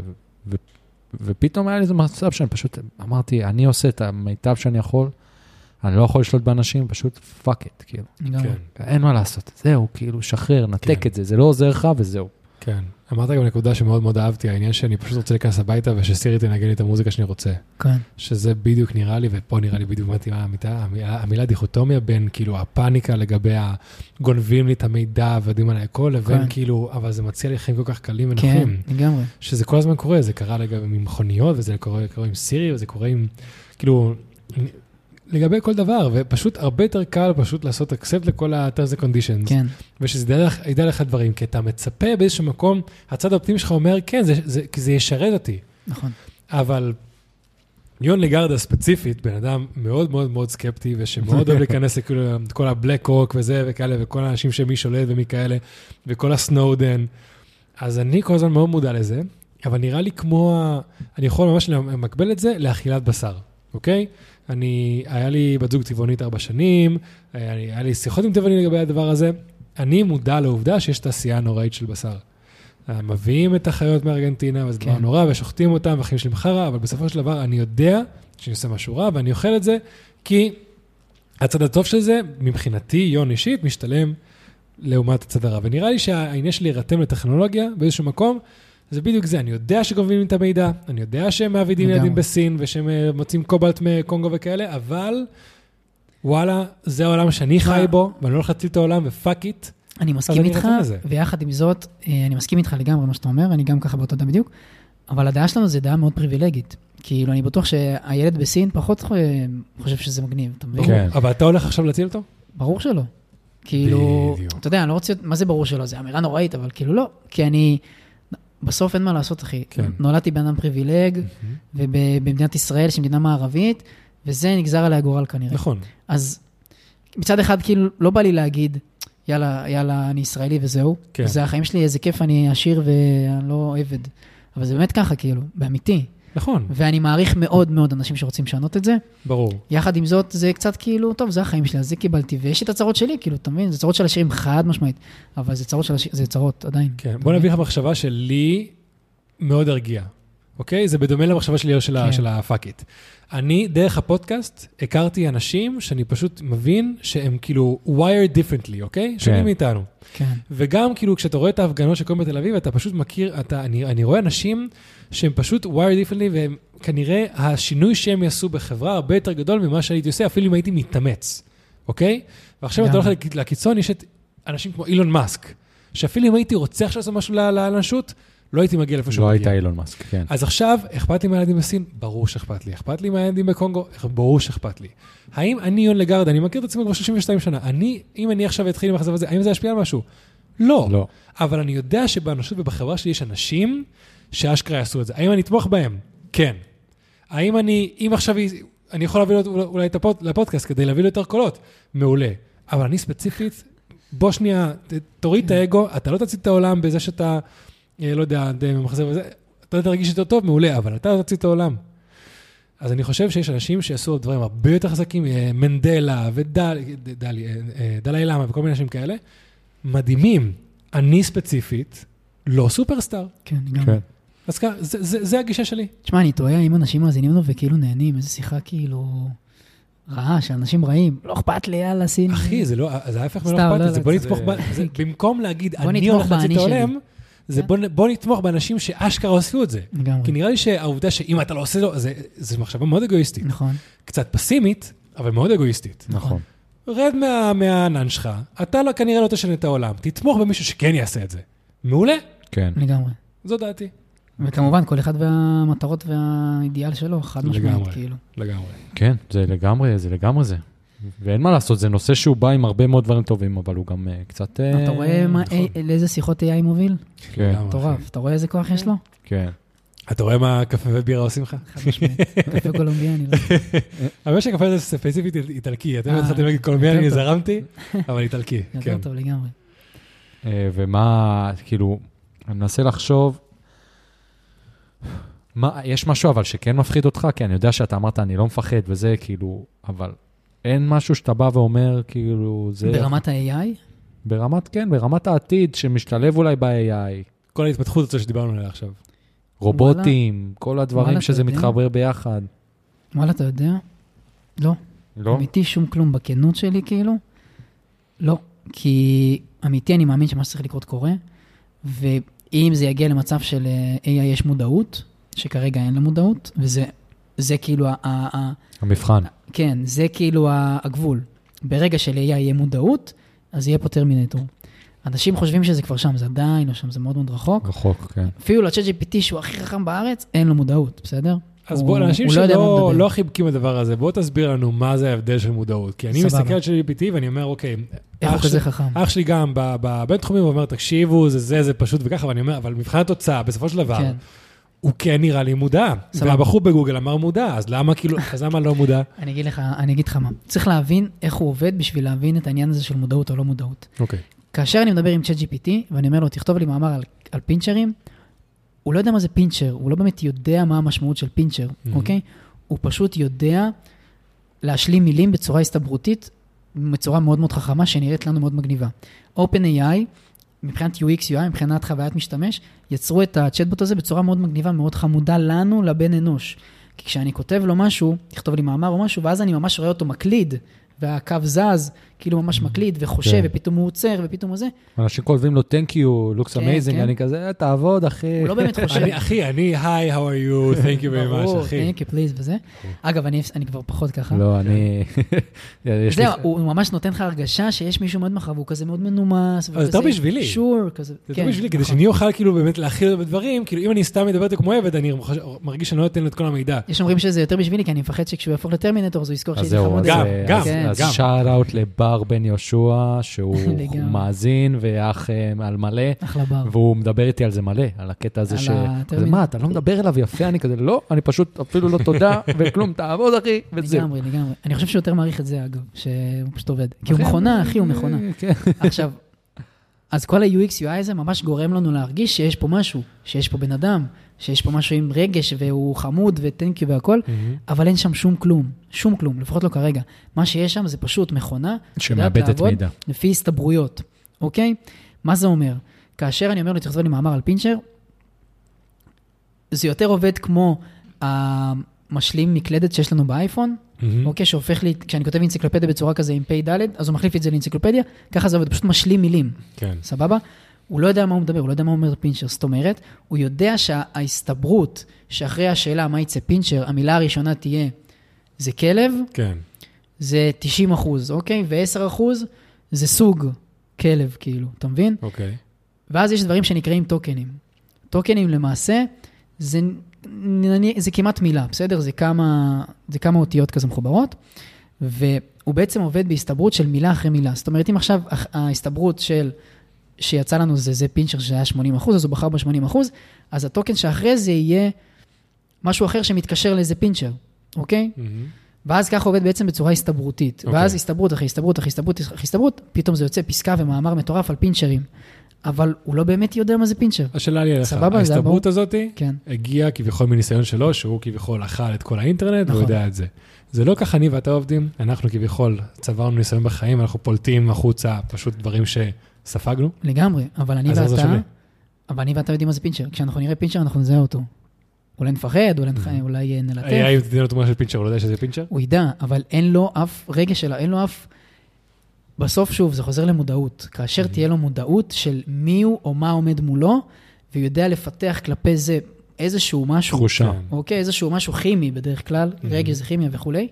ופתאום היה לי איזה מצב שאני פשוט אמרתי, אני עושה את המיטב שאני יכול, אני לא יכול לשלוט באנשים, פשוט fuck it, כאילו. אין מה לעשות, זהו, כאילו, שחרר, נתק את זה, זה לא עוזר לך וזהו. כן, אמרת גם נקודה שמאוד מאוד אהבתי, העניין שאני פשוט רוצה להיכנס הביתה ושסירי תנגן לי את המוזיקה שאני רוצה. כן. שזה בדיוק נראה לי, ופה נראה לי בדיוק מתאימה המילה דיכוטומיה בין כאילו הפאניקה לגבי הגונבים לי את המידע ויודעים על הכל, לבין כאילו, אבל זה מציע לי חיים כל כך קלים ונוחים. כן, לגמרי. שזה כל הזמן קורה, זה קרה לגבי עם מכוניות, וזה קורה עם סירי, וזה קורה עם, כאילו, לגבי כל דבר, ופשוט הרבה יותר קל פשוט לעשות accept לכל ה-terms and conditions. כן. ושזה ידע לך דברים, כי אתה מצפה באיזשהו מקום, הצד האופטימי שלך אומר, כן, כי זה ישרת אותי. נכון. אבל יון לגרדה ספציפית, בן אדם מאוד מאוד מאוד סקפטי, ושמאוד אוהב להיכנס לכל הבלק רוק וזה וכאלה, וכל האנשים שמי שולט ומי כאלה, וכל הסנודן. אז אני כל הזמן מאוד מודע לזה, אבל נראה לי כמו, אני יכול ממש למקבל את זה לאכילת בשר, אוקיי? היה לי בת זוג טבעונית 4 שנים, היה לי שיחות עם טבעוני לגבי הדבר הזה, אני מודע לעובדה שיש תעשייה נוראית של בשר. מביאים את החיות מארגנטינה, וזה דבר נורא, ושוחטים אותם, והחיים שלי מחרה, אבל בסופו של דבר אני יודע שאני עושה משהו רע, ואני אוכל את זה, כי הצד הטוב של זה, מבחינתי, יון אישית, משתלם לעומת הצד הרע. ונראה לי שהעניין שלי ירתם לטכנולוגיה באיזשהו מקום, זה בדיוק זה. אני יודע שגובים את המידע, אני יודע שהם מעבידים ילדים בסין, ושהם מוצאים קובלט מקונגו וכאלה, אבל וואלה, זה העולם שאני חי בו, ואני לא הולך להציל את העולם, ופאק איט. אני מסכים איתך, ויחד עם זאת, אני מסכים איתך לגמרי מה שאתה אומר, אני גם ככה באותו דעה בדיוק, אבל הדעה שלנו זה דעה מאוד פריבילגית, כאילו אני בטוח שהילד בסין פחות חושב שזה מגניב, אתה מבין? כן. אבל אתה הולך עכשיו להציל אותו? ברור שלא. כאילו, אתה יודע, אני לא רוצה, מה זה ברור שלא? זה אמירה נוראית, אבל כאילו לא, כי אני, בסוף אין מה לעשות, אחי. נולדתי בן אדם פריבילג, ובמדינת ישראל, שהיא מדינה מערבית, וזה נגזר עליה גורל כנראה. נכון. אז מצד אחד, כאילו, לא בא לי להגיד, יאללה, אני ישראלי וזהו. כן. וזה החיים שלי, איזה כיף, אני עשיר ואני לא עבד. אבל זה באמת ככה, כאילו, באמיתי. נכון. ואני מעריך מאוד מאוד אנשים שרוצים לשנות את זה. ברור. יחד עם זאת, זה קצת כאילו, טוב, זה החיים שלי, אז זה קיבלתי, ויש את הצרות שלי, כאילו, אתה מבין? זה צרות של השירים חד משמעית, אבל זה צרות עדיין. כן, בוא נביא לך מחשבה שלי מאוד הרגיעה, אוקיי? זה בדומה למחשבה שלי של הפאקית. אני, דרך הפודקאסט, הכרתי אנשים שאני פשוט מבין שהם כאילו wired differently, אוקיי? שונים מאיתנו. כן. וגם כאילו כשאתה רואה את ההפגנות שקוראים בתל אביב, אתה פשוט מכיר, אני רואה אנשים שהם פשוט wired differently, והם כנראה השינוי שהם יעשו בחברה הרבה יותר גדול ממה שהייתי עושה, אפילו אם הייתי מתאמץ, אוקיי? ועכשיו אתה הולך לקיצון, יש את אנשים כמו אילון מאסק, שאפילו אם הייתי רוצה עכשיו לעשות משהו לאנושות, לא הייתי מגיע לפני שהוא מגיע. מגיע. לא היית אילון מאסק, כן. אז עכשיו, אכפת לי מהילדים בסין? ברור שאכפת לי. אכפת לי מהילדים בקונגו? ברור שאכפת לי. האם אני יון לגרד, אני מכיר את עצמי כבר 32 שנה, אם אני עכשיו אתחיל עם החזב הזה, האם זה ישפיע על משהו? לא. לא. אבל אני יודע שבאנושות ובחברה שלי יש אנשים שאשכרה יעשו את זה. האם אני אתמוך בהם? כן. האם אם עכשיו אני יכול להביא אולי לפודקאסט כדי להביא יותר קולות? מעולה. אבל אני ספציפית, בוא שנייה, תוריד את האגו, אתה לא תציל את העולם בזה שאתה לא יודע, מחזר וזה, אתה לא תרגיש יותר טוב, מעולה, אבל אתה לא תציל את העולם. אז אני חושב שיש אנשים שיעשו דברים הרבה יותר חזקים, מנדלה ודלי למה וכל מיני אנשים כאלה, מדהימים. אני ספציפית לא סופרסטאר. כן, גם. אז זה הגישה שלי. תשמע, אני טועה, אם אנשים מאזינים לו וכאילו נהנים, איזו שיחה כאילו רעה, שאנשים רעים, לא אכפת לי, יאללה, סין. אחי, זה לא, זה ההפך מלא אכפת, זה בוא נתמוך, במקום להגיד, אני הולך להציל את העולם, זה בוא נתמוך באנשים שאשכרה עשו את זה. כי נראה לי שהעובדה שאם אתה לא עושה לו, זה מחשבה מאוד אגואיסטית. נכון. קצת פסימית, אבל מאוד אגואיסטית. נכון. רד מהענן שלך, אתה כנראה לא תשנה את העולם, תתמוך במישהו שכן יעשה את זה. מעולה? כן. לגמרי. זו דעתי. וכמובן, כל אחד והמטרות והאידיאל שלו, חד משמעית, כאילו. לגמרי. כן, זה לגמרי זה. ואין מה לעשות, זה נושא שהוא בא עם הרבה מאוד דברים טובים, אבל הוא גם קצת... אתה רואה לאיזה שיחות AI מוביל? כן. טורף. אתה רואה איזה כוח יש לו? כן. אתה רואה מה קפה ובירה עושים לך? חד משמעית. קפה קולומביאני. אבל שקפה זה ספציפית איטלקי. אתם התחלתם להגיד קולומביאני, אני זרמתי, אבל איטלקי. יותר טוב לגמרי. ומה, כאילו, אני מנסה לחשוב... יש משהו אבל שכן מפחיד אותך, כי אני יודע שאתה אמרת, אני לא מפחד וזה, כאילו, אבל אין משהו שאתה בא ואומר, כאילו, זה... ברמת ה-AI? ברמת העתיד, שמשתלב אולי ב-AI. כל ההתפתחות הזאת שדיברנו עליה עכשיו. רובוטים, כל הדברים שזה מתחבר ביחד. וואלה, אתה יודע? לא. לא? אמיתי, שום כלום בכנות שלי, כאילו. לא. כי אמיתי, אני מאמין שמה שצריך לקרות קורה, ואם זה יגיע למצב של AI יש מודעות, שכרגע אין לה מודעות, וזה כאילו המבחן. כן, זה כאילו הגבול. ברגע של AI יהיה מודעות, אז יהיה פה טרמינטור. אנשים חושבים שזה כבר שם, זה עדיין, או שם זה מאוד מאוד רחוק. רחוק, כן. אפילו ל-ChatGPT שהוא הכי חכם בארץ, אין לו מודעות, בסדר? אז בואו, לאנשים שלא הכי בקיאים הדבר הזה, בואו תסביר לנו מה זה ההבדל של מודעות. כי אני מסתכל על ChatGPT ואני אומר, אוקיי, איך הוא כזה חכם? אח שלי גם בבין תחומים הוא אומר, תקשיבו, זה פשוט וככה, ואני אומר, אבל מבחן התוצאה, בסופו של דבר, הוא כן נראה לי מודע. והבחור בגוגל אמר מודע, אז למה לא מודע? אני אגיד לך מה. צריך להבין איך הוא עובד בשביל להבין את העניין הזה של מודעות או לא מודעות. אוקיי. כאשר אני מדבר עם ChatGPT, ואני אומר לו, תכתוב לי מאמר על פינצ'רים, הוא לא יודע מה זה פינצ'ר, הוא לא באמת יודע מה המשמעות של פינצ'ר, אוקיי? הוא פשוט יודע להשלים מילים בצורה הסתברותית, בצורה מאוד מאוד חכמה, שנראית לנו מאוד מגניבה. OpenAI, מבחינת UX, UI, מבחינת חוויית משתמש, יצרו את הצ'טבוט הזה בצורה מאוד מגניבה, מאוד חמודה לנו, לבן אנוש. כי כשאני כותב לו משהו, תכתוב לי מאמר או משהו, ואז אני ממש רואה אותו מקליד, והקו זז, כאילו ממש מקליד וחושב, ופתאום הוא עוצר, ופתאום הוא זה. אנשים כותבים לו, thank you, looks amazing, אני כזה, תעבוד, אחי. הוא לא באמת חושב. אחי, hi, how are you, thank you very much, אחי. thank you, please, וזה. אגב, אני כבר פחות ככה. לא, אני... זהו, הוא ממש נותן לך הרגשה שיש מישהו מאוד מחר, והוא כזה מאוד מנומס. זה יותר בשבילי. שור, כזה. זה יותר בשבילי, כדי שאני אוכל כאילו באמת להכיל בדברים, כאילו אם אני סתם מדבר איתו כמו עבד, אני מרגיש שאני לא נותן את כל המידע. יש אומרים שזה יותר בשבילי, כי אני מפחד שכשהוא יהפוך לטרמינטור, אז הוא יזכור שזה חמוד. אז שאט אאוט לבר בן יהושע, שהוא מאזין ואח על מלא, והוא מדבר איתי על זה מלא, על הקטע הזה מה, אתה לא מדבר אליו יפה, אני כזה, לא, אני פשוט אפילו לא תודה, וכלום, תעבוד אחי, וזהו. לגמרי. אני חושב שהוא יותר מעריך את זה, אגב, שהוא פשוט עובד. כי הוא מכונה, אחי, הוא מכונה. עכשיו, אז כל ה-UX UI הזה ממש גורם לנו להרגיש שיש פה משהו, שיש פה בן אדם, שיש פה משהו עם רגש, והוא חמוד ו-thank you והכל, אבל אין שם שום כלום, לפחות לא כרגע. מה שיש שם זה פשוט מכונה, שמאבדת מידע. לפי הסתברויות, אוקיי? מה זה אומר? כאשר אני אומר לו, תכתוב לי מאמר על פינצ'ר, זה יותר עובד כמו המשלים מקלדת שיש לנו באייפון, אוקיי, שהופך לי, כשאני כותב אנציקלופדיה בצורה כזה עם פ' ד', אז הוא מחליף את זה לאנציקלופדיה, ככה זה עובד, פשוט משלים מילים. כן. סבבה? הוא לא יודע מה הוא מדבר, הוא לא יודע מה הוא אומר פינצ'ר, זאת אומרת, הוא יודע שההסתברות שאחרי השאלה מה יצא פינצ'ר, המילה הראשונה תהיה, זה כלב, כן. זה 90%, אוקיי? ו10% זה סוג כלב, כאילו, אתה מבין? אוקיי. ואז יש דברים שנקראים טוקנים. טוקנים למעשה, זה כמעט מילה, בסדר? זה כמה אותיות כזה מחוברות, והוא בעצם עובד בהסתברות של מילה אחרי מילה. זאת אומרת, אם עכשיו ההסתברות שיצא לנו זה פינצ'ר שהיה 80%, אז הוא בחר ב-80%, אז הטוקן שאחרי זה יהיה משהו אחר שמתקשר לאיזה פינצ'ר, אוקיי? ואז ככה עובד בעצם בצורה הסתברותית. ואז הסתברות אחרי הסתברות אחרי הסתברות אחרי הסתברות, פתאום זה יוצא פסקה ומאמר מטורף על פינצ'רים. אבל הוא לא באמת יודע מה זה פינצ'ר. השאלה לי אליך, ההסתברות הזאת הגיעה כביכול מניסיון שלו, שהוא כביכול אכל את כל האינטרנט, והוא יודע את זה. זה לא ככה אני ואתה עובדים, אנחנו כביכול צברנו ניסיון בחיים, אנחנו פולטים החוצה פשוט דברים שספגנו. לגמרי, אבל אני ואתה יודעים מה זה פינצ'ר. כשאנחנו נראה פינצ'ר, אנחנו נזהה אותו. אולי נפחד, אולי נלטף. אם תדע לו תמונה של פינצ'ר, הוא לא יודע שזה פינצ'ר? הוא ידע, אבל אין לו אף רגע שלה, אין לו אף... בסוף שוב, זה חוזר למודעות. כאשר תהיה לו מודעות של מי הוא או מה עומד מולו, והוא יודע לפתח כלפי זה איזשהו משהו. תחושה. אוקיי, איזשהו משהו כימי בדרך כלל, רגע זה כימיה וכולי.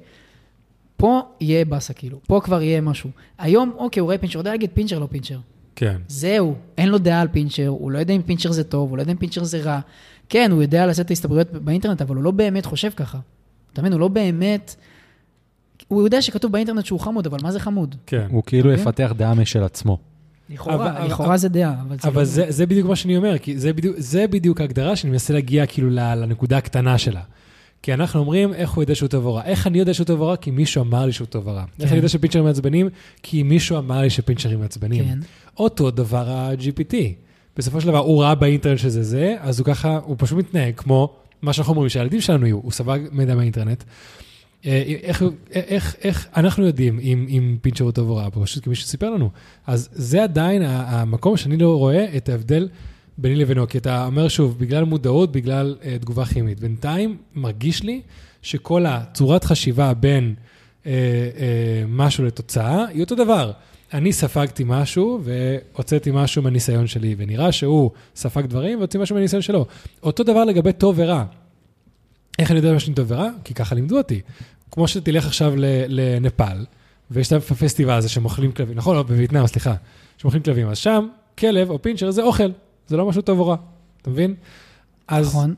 פה יהיה בסה כאילו, פה כבר יהיה משהו. היום, אוקיי, הוא רואה פינצ'ר, הוא יודע להגיד פינצ'ר לא פינצ'ר. כן. זהו, אין לו דעה על פינצ'ר, הוא לא יודע אם פינצ'ר זה טוב, הוא לא יודע אם פינצ'ר זה רע. כן, הוא יודע לעשות את ההסתברויות באינטרנט, אבל הוא לא באמת חושב ככה. אתה מבין, הוא לא באמת... הוא יודע שכתוב באינטרנט שהוא חמוד, אבל מה זה חמוד? כן. הוא כאילו יפתח דעה משל עצמו. לכאורה זה דעה, אבל זה בדיוק מה שאני אומר, כי זה בדיוק ההגדרה שאני מנסה להגיע כאילו לנקודה הקטנה שלה. כי אנחנו אומרים, איך הוא יודע שהוא טוב או רע? איך אני יודע שהוא טוב או רע? כי מישהו אמר לי שהוא טוב או רע. איך אני יודע שפינצ'רים מעצבנים? כי מישהו אמר לי שפינצ'רים מעצבנים. אותו דבר ה-GPT. בסופו של דבר, הוא ראה באינטרנט שזה זה, אז הוא ככה, הוא פשוט מתנהג כמו מה שאנחנו אומרים, שהילדים שלנו יהיו, הוא סבג מידע מהאינטרנט. איך אנחנו יודעים אם פינצ'ר הוא טוב או רע? פשוט כי מישהו סיפר לנו. אז זה עדיין המקום שאני לא רואה את ההבדל ביני לבינו, כי אתה אומר שוב, בגלל מודעות, בגלל תגובה כימית. בינתיים מרגיש לי שכל הצורת חשיבה בין משהו לתוצאה, היא אותו דבר. אני ספגתי משהו, והוצאתי משהו מהניסיון שלי, ונראה שהוא ספג דברים, והוציא משהו מהניסיון שלו. אותו דבר לגבי טוב ורע. איך אני יודע מה שאני טוב ורע? כי ככה לימדו אותי. כמו שתלך עכשיו לנפאל, ויש את הפסטיבל הזה שמאכלים כלבים, נכון? לא, בווייטנאם, סליחה. שמאכלים כלבים. אז שם, כלב או פינצ'ר זה אוכל. זה לא משהו טוב או רע. אתה מבין? נכון.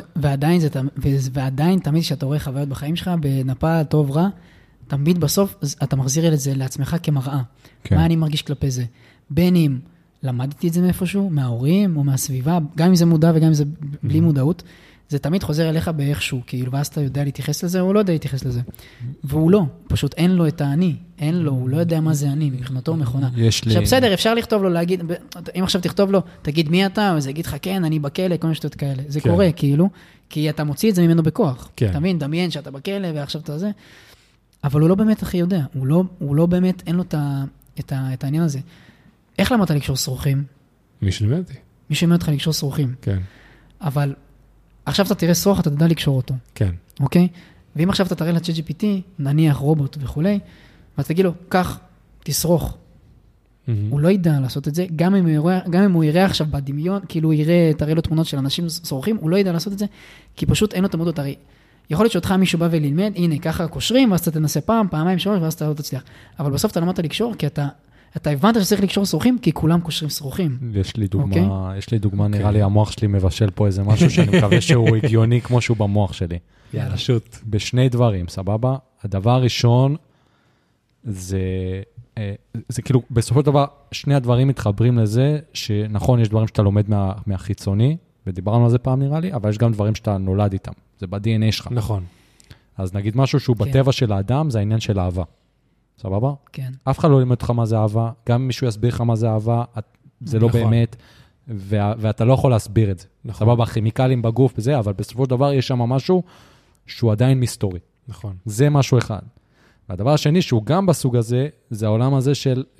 ועדיין תמיד כשאתה רואה חוויות בחיים שלך, בנפאל טוב רע, תמיד בסוף אתה מחזיר את זה לעצמך כמראה. כן. מה אני מרגיש כלפי זה? בין אם למדתי את זה מאיפשהו, מההורים או מהסביבה, גם אם זה מודע וגם אם זה בלי מודעות, זה תמיד חוזר אליך באיכשהו, כאילו, ואז אתה יודע להתייחס לזה או לא יודע להתייחס לזה. והוא לא, פשוט אין לו את האני, אין לו, הוא לא יודע מה זה אני, מבחינתו הוא מכונה. עכשיו בסדר, אפשר לכתוב לו, להגיד, אם עכשיו תכתוב לו, תגיד מי אתה, אז יגיד לך, כן, אני בכלא, כל מיני שטויות כאלה. זה קורה, כאילו, כי אתה מוציא את זה ממנו בכוח. אתה מבין, דמיין שאתה בכלא ועכשיו אתה זה. אבל הוא לא באמת הכי יודע, הוא לא באמת, אין לו את העניין הזה. איך למדת לקשור שרוכים? מי שלימד אותי. מי שלימד אותך לקשור שרוכים. כן. אבל עכשיו אתה תראה שרוך, אתה תדע לקשור אותו. כן. אוקיי? ואם עכשיו אתה תראה ל-ChatGPT, נניח רובוט וכולי, ואתה תגיד לו, כך, תשרוך. הוא לא ידע לעשות את זה, גם אם הוא יראה עכשיו בדמיון, כאילו הוא תראה לו תמונות של אנשים שרוכים, הוא לא ידע לעשות את זה, כי פשוט אין לו תמודות. הרי יכול להיות שאותך מישהו בא וללמד, הנה, ככה קושרים, ואז אתה תנסה פעם, פעמיים, שלוש, ואז אתה לא תצליח. אבל בסוף אתה למדת לקשור, כי אתה הבנת שצריך לקשור שרוכים, כי כולם קושרים שרוכים. יש לי דוגמה, נראה לי, המוח שלי מבשל פה איזה משהו, שאני מקווה שהוא הגיוני כמו שהוא במוח שלי. יאללה, שוט. בשני דברים, סבבה? הדבר הראשון, זה כאילו, בסופו של דבר, שני הדברים מתחברים לזה, שנכון, יש דברים שאתה לומד מהחיצוני, ודיברנו על זה פעם נראה לי, אבל יש גם דברים שאתה נולד איתם. זה ב-DNA שלך. נכון. אז נגיד משהו שהוא בטבע של האדם, זה העניין של אהבה. סבבה? כן. אף אחד לא לימד אותך מה זה אהבה, גם אם מישהו יסביר לך מה זה אהבה, זה לא באמת, ואתה לא יכול להסביר את זה. סבבה, כימיקלים בגוף וזה, אבל בסופו של דבר יש שם משהו שהוא עדיין מסתורי. נכון. זה משהו אחד. והדבר השני, שהוא גם בסוג הזה, זה העולם הזה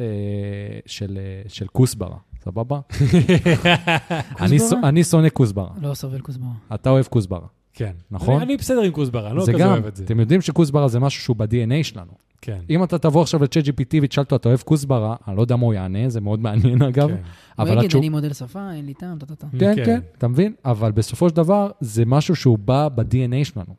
של כוסברה. סבבה? אני שונא כוסברה. לא סובל כוסברה. אתה אוהב כוסברה. כן. נכון? אני בסדר עם כוסברה, אני לא כזה אוהב את זה. אתם יודעים שכוסברה זה משהו שהוא ב-DNA שלנו. כן. אם אתה תבוא עכשיו ל-ChatGPT ותשאל אותו, אתה אוהב כוסברה, אני לא יודע מה הוא יענה, זה מאוד מעניין אגב. הוא יגיד, אני מודל שפה, אין לי טעם, טטטה. כן, כן, אתה מבין? אבל בסופו של דבר, זה משהו שהוא בא ב-DNA שלנו.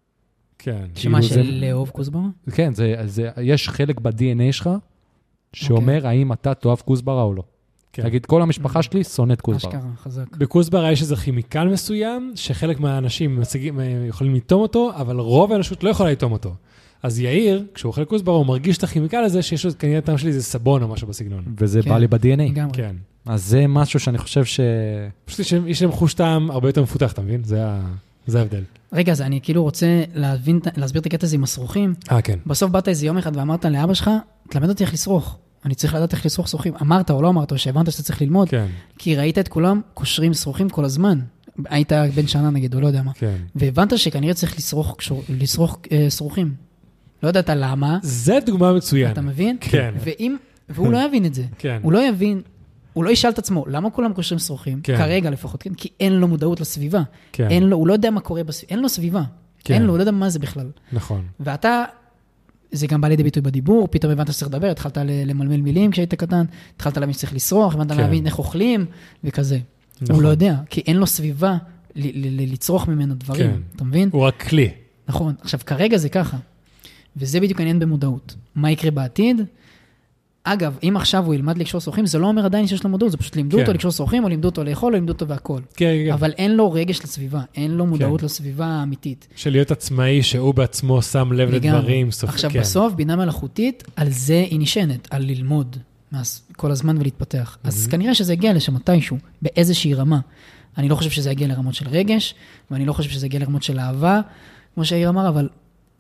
כן. שמה של לאהוב כוסברה? כן, יש חלק ב-DNA שלך, שאומר האם אתה תאהב כוסברה או לא. נגיד, כל המשפחה שלי שונאת כוסברה. אשכרה, חזק. בכוסברה יש איזה כימיקל מסוים, שחלק מהאנשים יכולים לטום אותו, אבל רוב האנושות לא יכולה לטום אותו. אז יאיר, כשהוא אוכל כוסברה, הוא מרגיש את הכימיקל הזה, שיש לו כנראה טעם שלי, זה סבון או משהו בסגנון. וזה בא לי ב-DNA. כן. אז זה משהו שאני חושב פשוט יש להם חוש טעם הרבה יותר מפותח, אתה מבין? זה ההבדל. רגע, אז אני כאילו רוצה להסביר את הקטע הזה עם השרוכים. כן. בסוף באת איזה יום אחד ואמרת לאבא שלך, תלמד אותי איך לשרוך. אני צריך לדעת איך לשרוך שרוכים. אמרת או לא אמרת, או שהבנת שאתה צריך ללמוד. כן. כי ראית את כולם קושרים שרוכים כל הזמן. היית בן שנה נגיד, או לא יודע מה. כן. והבנת שכנראה צריך לשרוך שרוכים. לא יודעת למה. זה דוגמה מצוין. אתה מבין? כן. והוא לא יבין את זה. כן. הוא לא יבין, הוא לא ישאל את עצמו, למה כולם קושרים שרוכים? כן. כרגע לפחות, כן? כי אין לו מודעות לסביבה. כן. הוא לא יודע מה קורה בסביבה. אין לו סביבה. כן. אין לו, הוא לא יודע מה זה בכלל. נכון. ואתה, זה גם בא לידי ביטוי בדיבור, פתאום הבנת שצריך לדבר, התחלת למלמל מילים כשהיית קטן, התחלת להבין שצריך לשרוך, הבנת להבין איך אוכלים, וכזה. נכון. הוא לא יודע, כי אין לו סביבה לצרוך ממנו דברים. כן. אתה מבין? הוא רק כלי. נכון. עכשיו, כרגע זה ככה. וזה בדיוק העניין במודעות. מה יקרה בעתיד? אגב, אם עכשיו הוא ילמד לקשור שרוכים, זה לא אומר עדיין שיש לו מודעות, זה פשוט לימדו אותו לקשור שרוכים, או לימדו אותו לאכול, או לימדו אותו והכל. כן. אבל אין לו רגש לסביבה, אין לו מודעות לסביבה האמיתית. של להיות עצמאי, שהוא בעצמו שם לב לדברים. עכשיו, בסוף, בינה מלאכותית, על זה היא נשענת, על ללמוד כל הזמן ולהתפתח. אז כנראה שזה יגיע לשם מתישהו, באיזושהי רמה. אני לא חושב שזה יגיע לרמות של רגש, ואני לא חושב שזה יגיע לרמות של אהבה, כמו שהיא אמר, אבל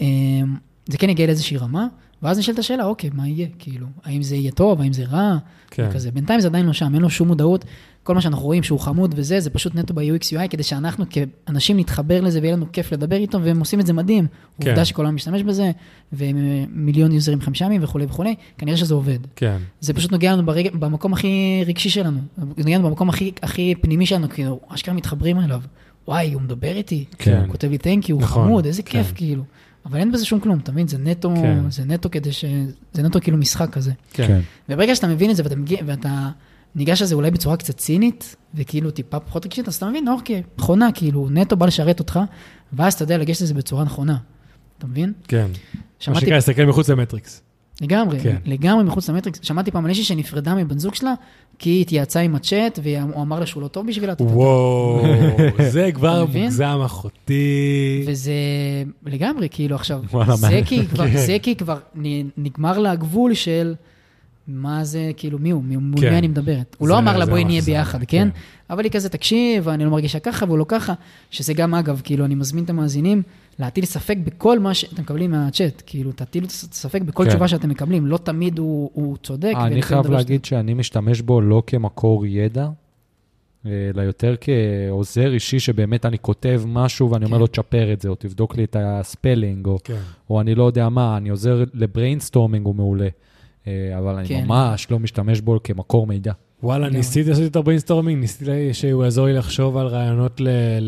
זה כן יגיע לאיזושהי רמה, ואז נשאלת השאלה, אוקיי, מה יהיה? כאילו, האם זה יהיה טוב, האם זה רע? כן. וכזה. בינתיים זה עדיין לא שם, אין לו שום מודעות. כל מה שאנחנו רואים שהוא חמוד וזה, זה פשוט נטו ב-UX UI, כדי שאנחנו כאנשים נתחבר לזה ויהיה לנו כיף לדבר איתו, והם עושים את זה מדהים. כן. עובדה שכל העם משתמש בזה, ומיליון יוזרים 5 ימים וכו' וכו', כנראה שזה עובד. כן. זה פשוט נוגע לנו במקום הכי רגשי שלנו, נוגע לנו במקום הכי פנימי שלנו, כאילו, אשכרה מתחברים אליו. וואי, הוא מדבר איתי, כן. הוא כותב לי thank you, הוא נכון, חמוד, איזה כן. כיף, כאילו. אבל אין בזה שום כלום, אתה מבין? זה נטו, כן. זה נטו כדי זה נטו כאילו משחק כזה. כן. וברגע שאתה מבין את זה, ואתה ניגש לזה אולי בצורה קצת צינית, וכאילו טיפה פחות רגשית, אז אתה מבין, אוקיי, מכונה, כאילו, נטו בא לשרת אותך, ואז אתה יודע לגשת לזה בצורה נכונה. אתה מבין? כן. מה שנקרא, להסתכל מחוץ למטריקס. לגמרי, כן. לגמרי מחוץ למטריקס. שמעתי פעם על אישי שנפרדה מבן זוג שלה, כי היא התייעצה עם הצ'אט, והוא אמר לה שהוא לא טוב בשבילה. וואו, זה כבר מוגזם אחותי. וזה לגמרי, כאילו עכשיו, וואלה, זה כי כבר נגמר לה הגבול של מה זה, כאילו, מי הוא, מול מי אני מדברת. הוא לא אמר לה, בואי נהיה ביחד, כן? אבל היא כזה, תקשיב, אני לא מרגישה ככה, והוא לא ככה, שזה גם, אגב, כאילו, אני מזמין את המאזינים, להטיל ספק בכל מה שאתם מקבלים מהצ'אט, כאילו, תטילו ספק בכל תשובה שאתם מקבלים, לא תמיד הוא צודק. אני חייב להגיד שאני משתמש בו לא כמקור ידע, אלא יותר כעוזר אישי שבאמת אני כותב משהו ואני אומר לו, תשפר את זה, או תבדוק לי את הספלינג, או אני לא יודע מה, אני עוזר לבריינסטורמינג, הוא מעולה. אבל אני ממש לא משתמש בו כמקור מידע. וואלה, ניסיתי לעשות את הבריינסטורמינג, ניסיתי שהוא יעזור לי לחשוב על רעיונות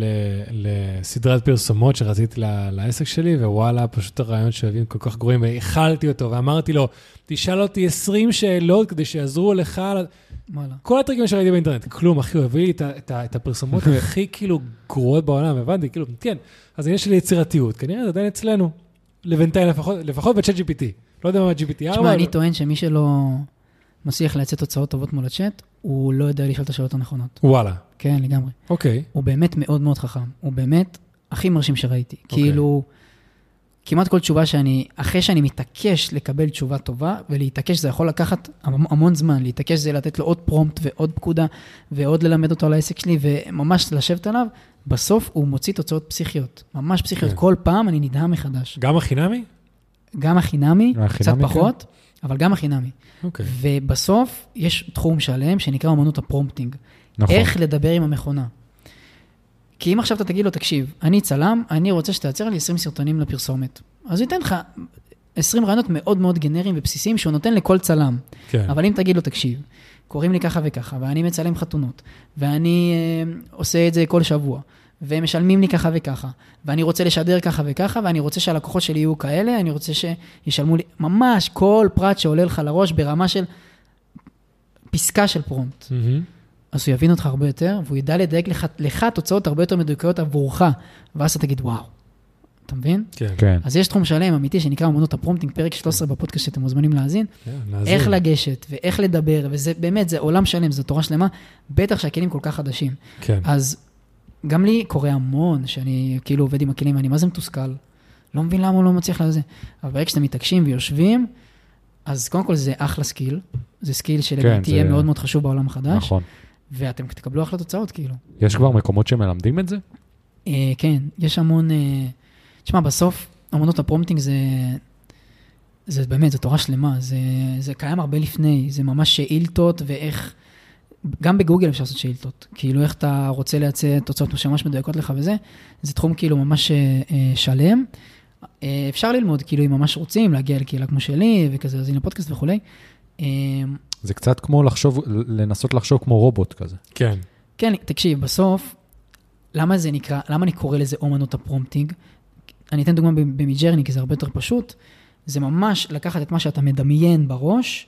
לסדרת פרסומות שרציתי לעסק שלי, ווואלה, פשוט הרעיונות שאוהבים כל כך גרועים, והאכלתי אותו, ואמרתי לו, תשאל אותי 20 שאלות כדי שיעזרו לך. כל הטריקים שראיתי באינטרנט, כלום, אחי, הוא הביא לי את הפרסומות הכי כאילו גרועות בעולם, הבנתי, כאילו, כן, אז יש לי יצירתיות, כנראה זה עדיין אצלנו, לבינתיים לפחות בצ'אט GPT. לא יודע מה GPT. תשמע, אני טוען שמי שלא מצליח לייצר תוצאות טובות מול הצ'אט, הוא לא יודע לשאול את השאלות הנכונות. וואלה. כן, לגמרי. אוקיי. הוא באמת מאוד מאוד חכם. הוא באמת הכי מרשים שראיתי. כאילו, כמעט כל תשובה אחרי שאני מתעקש לקבל תשובה טובה, ולהתעקש זה יכול לקחת המון זמן, להתעקש זה לתת לו עוד פרומפט ועוד פקודה, ועוד ללמד אותו על העסק שלי, וממש לשבת עליו, בסוף הוא מוציא תוצאות פסיכיות. ממש פסיכיות. כל פעם אני נדהם מחדש. גם החינמי? גם החינמי, קצת פחות, אבל גם החינמי. אוקיי. ובסוף יש תחום שלם שנקרא אמנות הפרומפטינג. נכון. איך לדבר עם המכונה. כי אם עכשיו אתה תגיד לו, תקשיב, אני צלם, אני רוצה שתייצר לי 20 סרטונים לפרסומת. אז הוא ייתן לך 20 רעיונות מאוד מאוד גנריים ובסיסיים שהוא נותן לכל צלם. כן. אבל אם תגיד לו, תקשיב, קוראים לי ככה וככה, ואני מצלם חתונות, ואני עושה את זה כל שבוע, ומשלמים לי ככה וככה, ואני רוצה לשדר ככה וככה, ואני רוצה שהלקוחות שלי יהיו כאלה, אני רוצה שישלמו לי, ממש כל פרט שעולה לך לראש ברמה של פסקה של פרומפט. אז הוא יבין אותך הרבה יותר, והוא ידע לדייק לך תוצאות הרבה יותר מדויקות עבורך, ואז אתה תגיד, וואו, אתה מבין? כן. אז יש תחום שלם אמיתי שנקרא אמנות הפרומפטינג, פרק 13 בפודקאסט שאתם מוזמנים להאזין, איך לגשת ואיך לדבר, וזה באמת, זה עולם שלם, זו תורה שלמה, בטח שהכלים כל כך חדשים. כן. אז גם לי קורה המון שאני כאילו עובד עם הכלים, ואני מה זה מתוסכל, לא מבין למה הוא לא מצליח לזה. אבל ברגע שאתם מתעקשים ויושבים, אז קודם כל זה אחלה סקיל, זה סקיל שלדעתי יהיה מאוד מאוד חשוב בעולם החדש. נכון. ואתם תקבלו אחלה תוצאות, כאילו. יש כבר מקומות שמלמדים את זה? כן, יש המון, תשמע, בסוף, אמנות הפרומפטינג זה באמת, זה תורה שלמה, זה קיים הרבה לפני, זה ממש שאילתות ואיך, גם בגוגל אפשר לעשות שאילתות, כאילו איך אתה רוצה לייצא תוצאות שממש מדויקות לך וזה, זה תחום כאילו ממש שלם, אפשר ללמוד, כאילו אם ממש רוצים להגיע לקהילה כמו שלי, וכזה, אז הנה פודקאסט וכולי. זה קצת כמו לנסות לחשוב כמו רובוט כזה. כן. כן, תקשיב, בסוף, למה אני קורא לזה אומנות הפרומפטינג? אני אתן דוגמה במידג'רני, כי זה הרבה יותר פשוט, זה ממש לקחת את מה שאתה מדמיין בראש,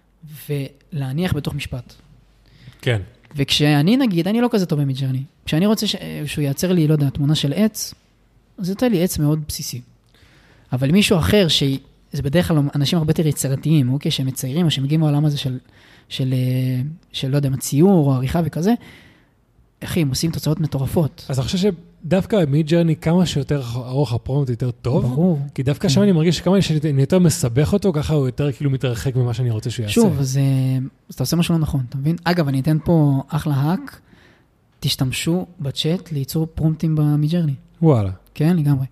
ולהניח בתוך משפט. כן. וכשאני נגיד, אני לא כזה טוב במידג'רני, כשאני רוצה שהוא ייצר לי, לא יודע, תמונה של עץ, אז זה לי עץ מאוד בסיסי. אבל מישהו אחר, זה בדרך כלל אנשים הרבה יותר יצירתיים, אוקיי, שהם מציירים, או שמגיעים מהעולם הזה של לא יודע, ציור או עריכה וכזה, אחי, הם עושים תוצאות מטורפות. אז אני חושב שדווקא מידג'רני, כמה שיותר ארוך הפרומפט יותר טוב, ברור. כי דווקא שם אני מרגיש שכמה שאני יותר מסבך אותו, ככה הוא יותר כאילו מתרחק ממה שאני רוצה שהוא יעשה. שוב, אז אתה עושה משהו לא נכון, אתה מבין? אגב, אני אתן פה אחלה האק, תשתמשו בצ'אט לייצור פרומפטים במידג'רני. וואלה. כן, לגמרי.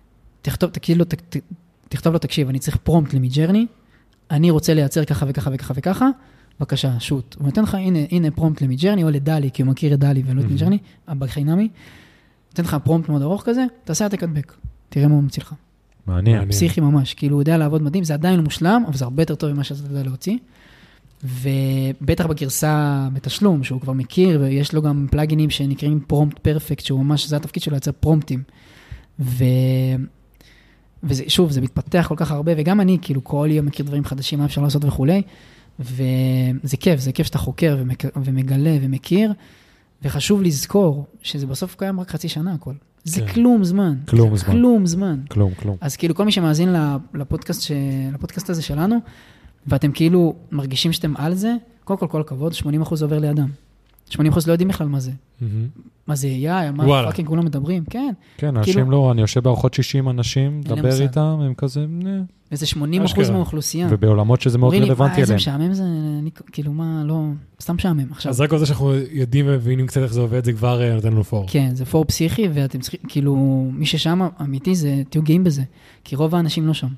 תכתוב לו, תקשיב, אני צריך פרומפט למידג'רני, אני רוצה לייצר ככה וככה וככה וככה, בבקשה, שוט. הוא נותן לך, הנה פרומפט למידג'רני, או לדלי, כי הוא מכיר את דלי ולא את מידג'רני, בחינמי, נותן לך פרומפט מאוד ארוך כזה, תעשה את הקדבק, תראה מה הוא מציל לך. מעניין. פסיכי ממש, כאילו הוא יודע לעבוד מדהים, זה עדיין מושלם, אבל זה הרבה יותר טוב ממה שאתה יודע להוציא. ובטח בגרסה בתשלום, שהוא כבר מכיר, ויש לו גם פלאגינים שנקראים פרומפט פרפקט, שהוא ממש, זה התפקיד שלו, לייצר פרומפטים. ושוב, זה מתפתח כל כך הרבה, וגם אני, כאילו, כל יום מכיר דברים חדשים, מה אפשר לעשות וכולי, וזה כיף, זה כיף שאתה חוקר ומגלה ומכיר, וחשוב לזכור שזה בסוף קיים רק חצי שנה הכל. זה כלום זמן. כלום זמן. אז כאילו, כל מי שמאזין לפודקאסט הזה שלנו, ואתם כאילו מרגישים שאתם על זה, קודם כל הכבוד, 80% עובר לידם. 80% לא יודעים בכלל מה זה. מה זה יהיה, מה פאקינג כולם מדברים, כן. כן, אנשים לא, אני יושב בארוחות 60 אנשים, דבר איתם, הם כזה, וזה 80% מהאוכלוסייה. ובעולמות שזה מאוד רלוונטי אליהם. איזה משעמם זה, כאילו מה, לא, סתם משעמם. אז רק על זה שאנחנו יודעים ומבינים קצת איך זה עובד, זה כבר נותן לנו פור. כן, זה פור פסיכי, ואתם צריכים, כאילו, מי ששם אמיתי, זה, תהיו גאים בזה, כי רוב האנשים לא שם.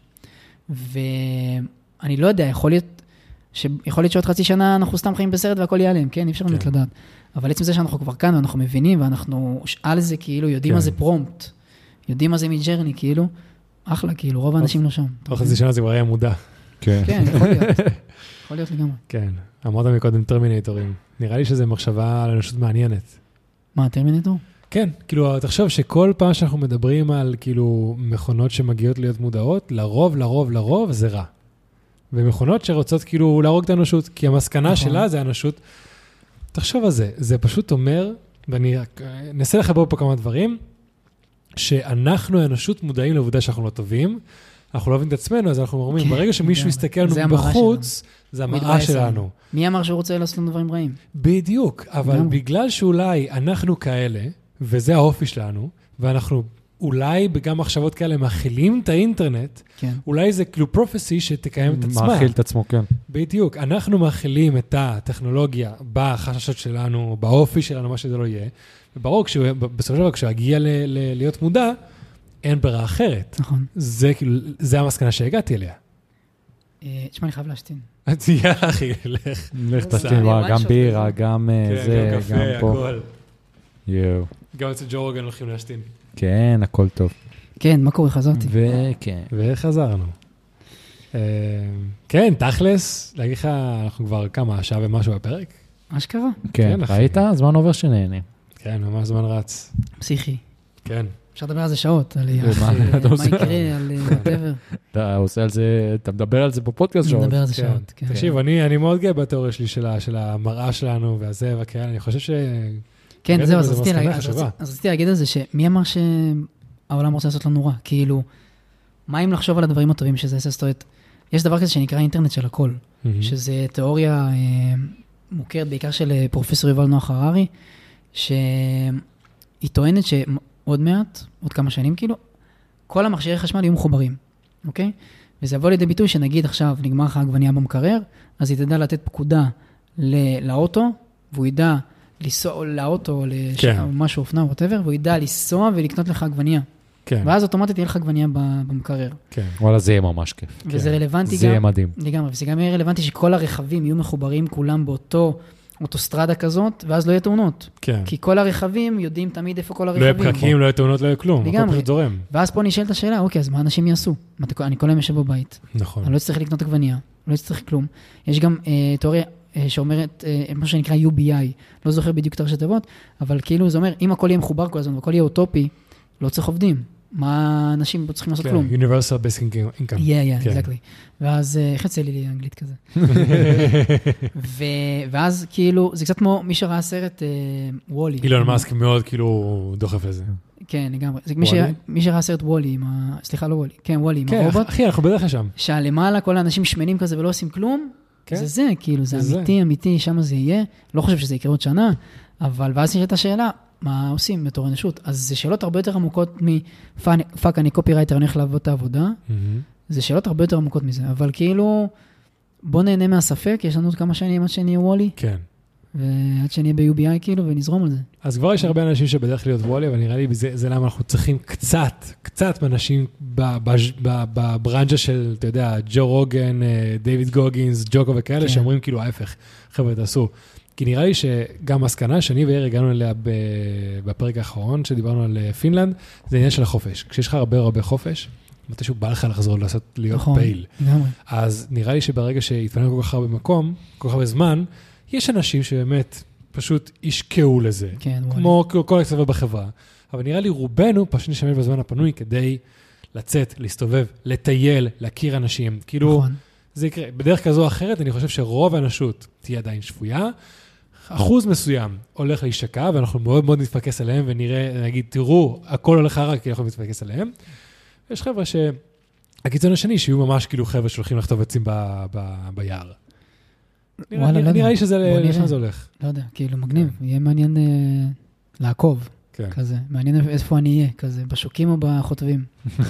ואני לא יודע, יכול להיות שעוד חצי שנה אנחנו סתם חיים בסרט והכל ייעלם, כן? אי אפשר באמת לדעת. אבל עצם זה שאנחנו כבר כאן ואנחנו מבינים, ואנחנו על זה כאילו, יודעים מה זה פרומפט, יודעים מה זה מג'רני, כאילו, אחלה, כאילו, רוב האנשים לא שם. עוד חצי שנה זה כבר היה מודע. כן, יכול להיות. יכול להיות לגמרי. כן, אמרת מקודם טרמינטורים. נראה לי שזה מחשבה על אנושות מעניינת. מה, טרמינטור? כן, כאילו, תחשוב שכל פעם שאנחנו מדברים על, כאילו, מכונות שמגיעות להיות מודעות, לרוב זה רע. ומכונות שרוצות כאילו להרוג את האנושות, כי המסקנה שלה זה האנושות. תחשוב על זה, זה פשוט אומר, ואני אנסה לחבר פה כמה דברים, שאנחנו האנושות מודעים לעובדה שאנחנו לא טובים, אנחנו לא אוהבים את עצמנו, אז אנחנו אומרים, ברגע שמישהו יסתכל לנו בחוץ, זה המראה שלנו. מי אמר שהוא רוצה לעשות לנו דברים רעים? בדיוק, אבל בגלל שאולי אנחנו כאלה, וזה האופי שלנו, ואנחנו אולי גם מחשבות כאלה מאכילים את האינטרנט, אולי זה כאילו פרופסי שתקיים את עצמה. מאכיל את עצמו, כן. בדיוק, אנחנו מאכילים את הטכנולוגיה בחששות שלנו, באופי שלנו, מה שזה לא יהיה, וברור, בסופו של דבר, כשהוא הגיע להיות מודע, אין ברירה אחרת. נכון. זה המסקנה שהגעתי אליה. תשמע, אני חייב להשתין. אז יאללה, אחי, לך תשתין, גם בירה, גם זה, גם פה. יואו. גם אצל ג'ו רוגן הולכים להשתין. כן, הכל טוב. כן, מה קורה? חזרתי. וכן. וחזרנו. כן, תכלס, להגיד לך, אנחנו כבר כמה, שעה ומשהו בפרק. מה שקרה? כן, ראית? זמן עובר שנהנה. כן, ממש זמן רץ. פסיכי. כן. אפשר לדבר על זה שעות, על מה יקרה, על whatever. אתה עושה על זה, אתה מדבר על זה בפודקאסט שעות. אני מדבר על זה שעות, כן. תקשיב, אני מאוד גאה בתיאוריה שלי של המראה שלנו והזה וכאלה, אני חושב ש... כן, זהו, אז רציתי להגיד על זה, שמי אמר שהעולם רוצה לעשות לנו רע? כאילו, מה אם לחשוב על הדברים הטובים שזה עשה? זאת אומרת, יש דבר כזה שנקרא אינטרנט של הכל, שזה תיאוריה מוכרת בעיקר של פרופסור יובל נוח הררי, שהיא טוענת שעוד מעט, עוד כמה שנים כאילו, כל המכשירי חשמל יהיו מחוברים, אוקיי? וזה יבוא לידי ביטוי שנגיד עכשיו נגמר לך עגבנייה במקרר, אז היא תדע לתת פקודה לאוטו, והוא ידע לנסוע לאוטו, או משהו אופנה, או whatever, והוא ידע לנסוע ולקנות לך עגבנייה. כן. ואז אוטומטית יהיה לך עגבנייה במקרר. כן. וואלה, זה יהיה ממש כיף. וזה רלוונטי גם. זה יהיה מדהים. לגמרי, וזה גם יהיה רלוונטי שכל הרכבים יהיו מחוברים כולם באותו אוטוסטרדה כזאת, ואז לא יהיה תאונות. כן. כי כל הרכבים יודעים תמיד איפה כל הרכבים. לא יהיה פקקים, לא יהיה תאונות, לא יהיה כלום. לגמרי. פשוט זורם. ואז פה נשאלת השאלה, אוקיי, אז מה אנשים יעשו? אני כל היום יושב בבית. נכון. אני לא צריך לקנות עגבנייה, לא צריך כלום. יש גם תיאוריה שאומרת, מה שנקרא UBI, לא זוכר בדיוק את הראשי תיבות, אבל כאילו זה אומר, אם הכל יהיה מחובר כל הזמן, והכל יהיה אוטופי, לא צריך עובדים. מה אנשים צריכים לעשות כלום? Universal Basic Income. Yeah, exactly. ואז, איך יצא לי אנגלית כזה? ואז כאילו, זה קצת כמו מי שראה סרט וולי. אילון מאסק מאוד כאילו דוחף לזה. כן, לגמרי. מי שראה סרט וולי, סליחה, לא וולי, כן, וולי, עם הרובוט. אחי, אנחנו בדרך לשם. שלמעלה כל האנשים שמנים כזה ולא עושים כלום, זה, כאילו, זה אמיתי, שם זה יהיה. לא חושב שזה יקרה עוד שנה, אבל ואז נשאלת השאלה, מה עושים בתור אנושות? אז זה שאלות הרבה יותר עמוקות מפאק, אני קופירייטר, אני הולך לעבוד את העבודה. זה שאלות הרבה יותר עמוקות מזה, אבל כאילו, בוא נהנה מהספק, יש לנו עוד כמה שנים עד שנהיה וולי. כן. ועד שנהיה ב-UBI כאילו, ונזרום על זה. אז כבר יש הרבה אנשים שבדרך להיות וולי, אבל נראה לי זה למה אנחנו צריכים קצת מאנשים בברנג'ה של, אתה יודע, ג'ו רוגן, דיוויד גוגינס, ג'וקו וכאלה, שאומרים כאילו ההפך, חבר'ה, תעשו. כי נראה לי שגם מסקנה שאני ואיר הגענו אליה בפרק האחרון, שדיברנו על פינלנד, זה עניין של החופש. כשיש לך הרבה חופש, מתישהו בא לך לחזור להיות פעיל. אז נראה לי שברגע שהתפנה כל כך הרבה מקום, כל כך הרבה זמן, יש אנשים שבאמת פשוט ישקעו לזה, כמו כל הקצבה בחברה. אבל נראה לי רובנו פשוט נשמש בזמן הפנוי כדי לצאת, להסתובב, לטייל, להכיר אנשים. כאילו, זה יקרה. בדרך כזו או אחרת, אני חושב שרוב האנושות תהיה עדיין שפויה. אחוז מסוים הולך להישקע, ואנחנו מאוד מאוד נתפקס עליהם, ונראה, נגיד, תראו, הכל הולך רק כי אנחנו נתפקס עליהם. יש חבר'ה הקיצון השני, שיהיו ממש כאילו חבר'ה שהולכים לכתוב עצים ביער. נראה לי שזה הולך. לא יודע, כאילו מגניב, יהיה מעניין לעקוב. כזה, מעניין איפה אני אהיה, כזה, בשוקים או בחוטבים?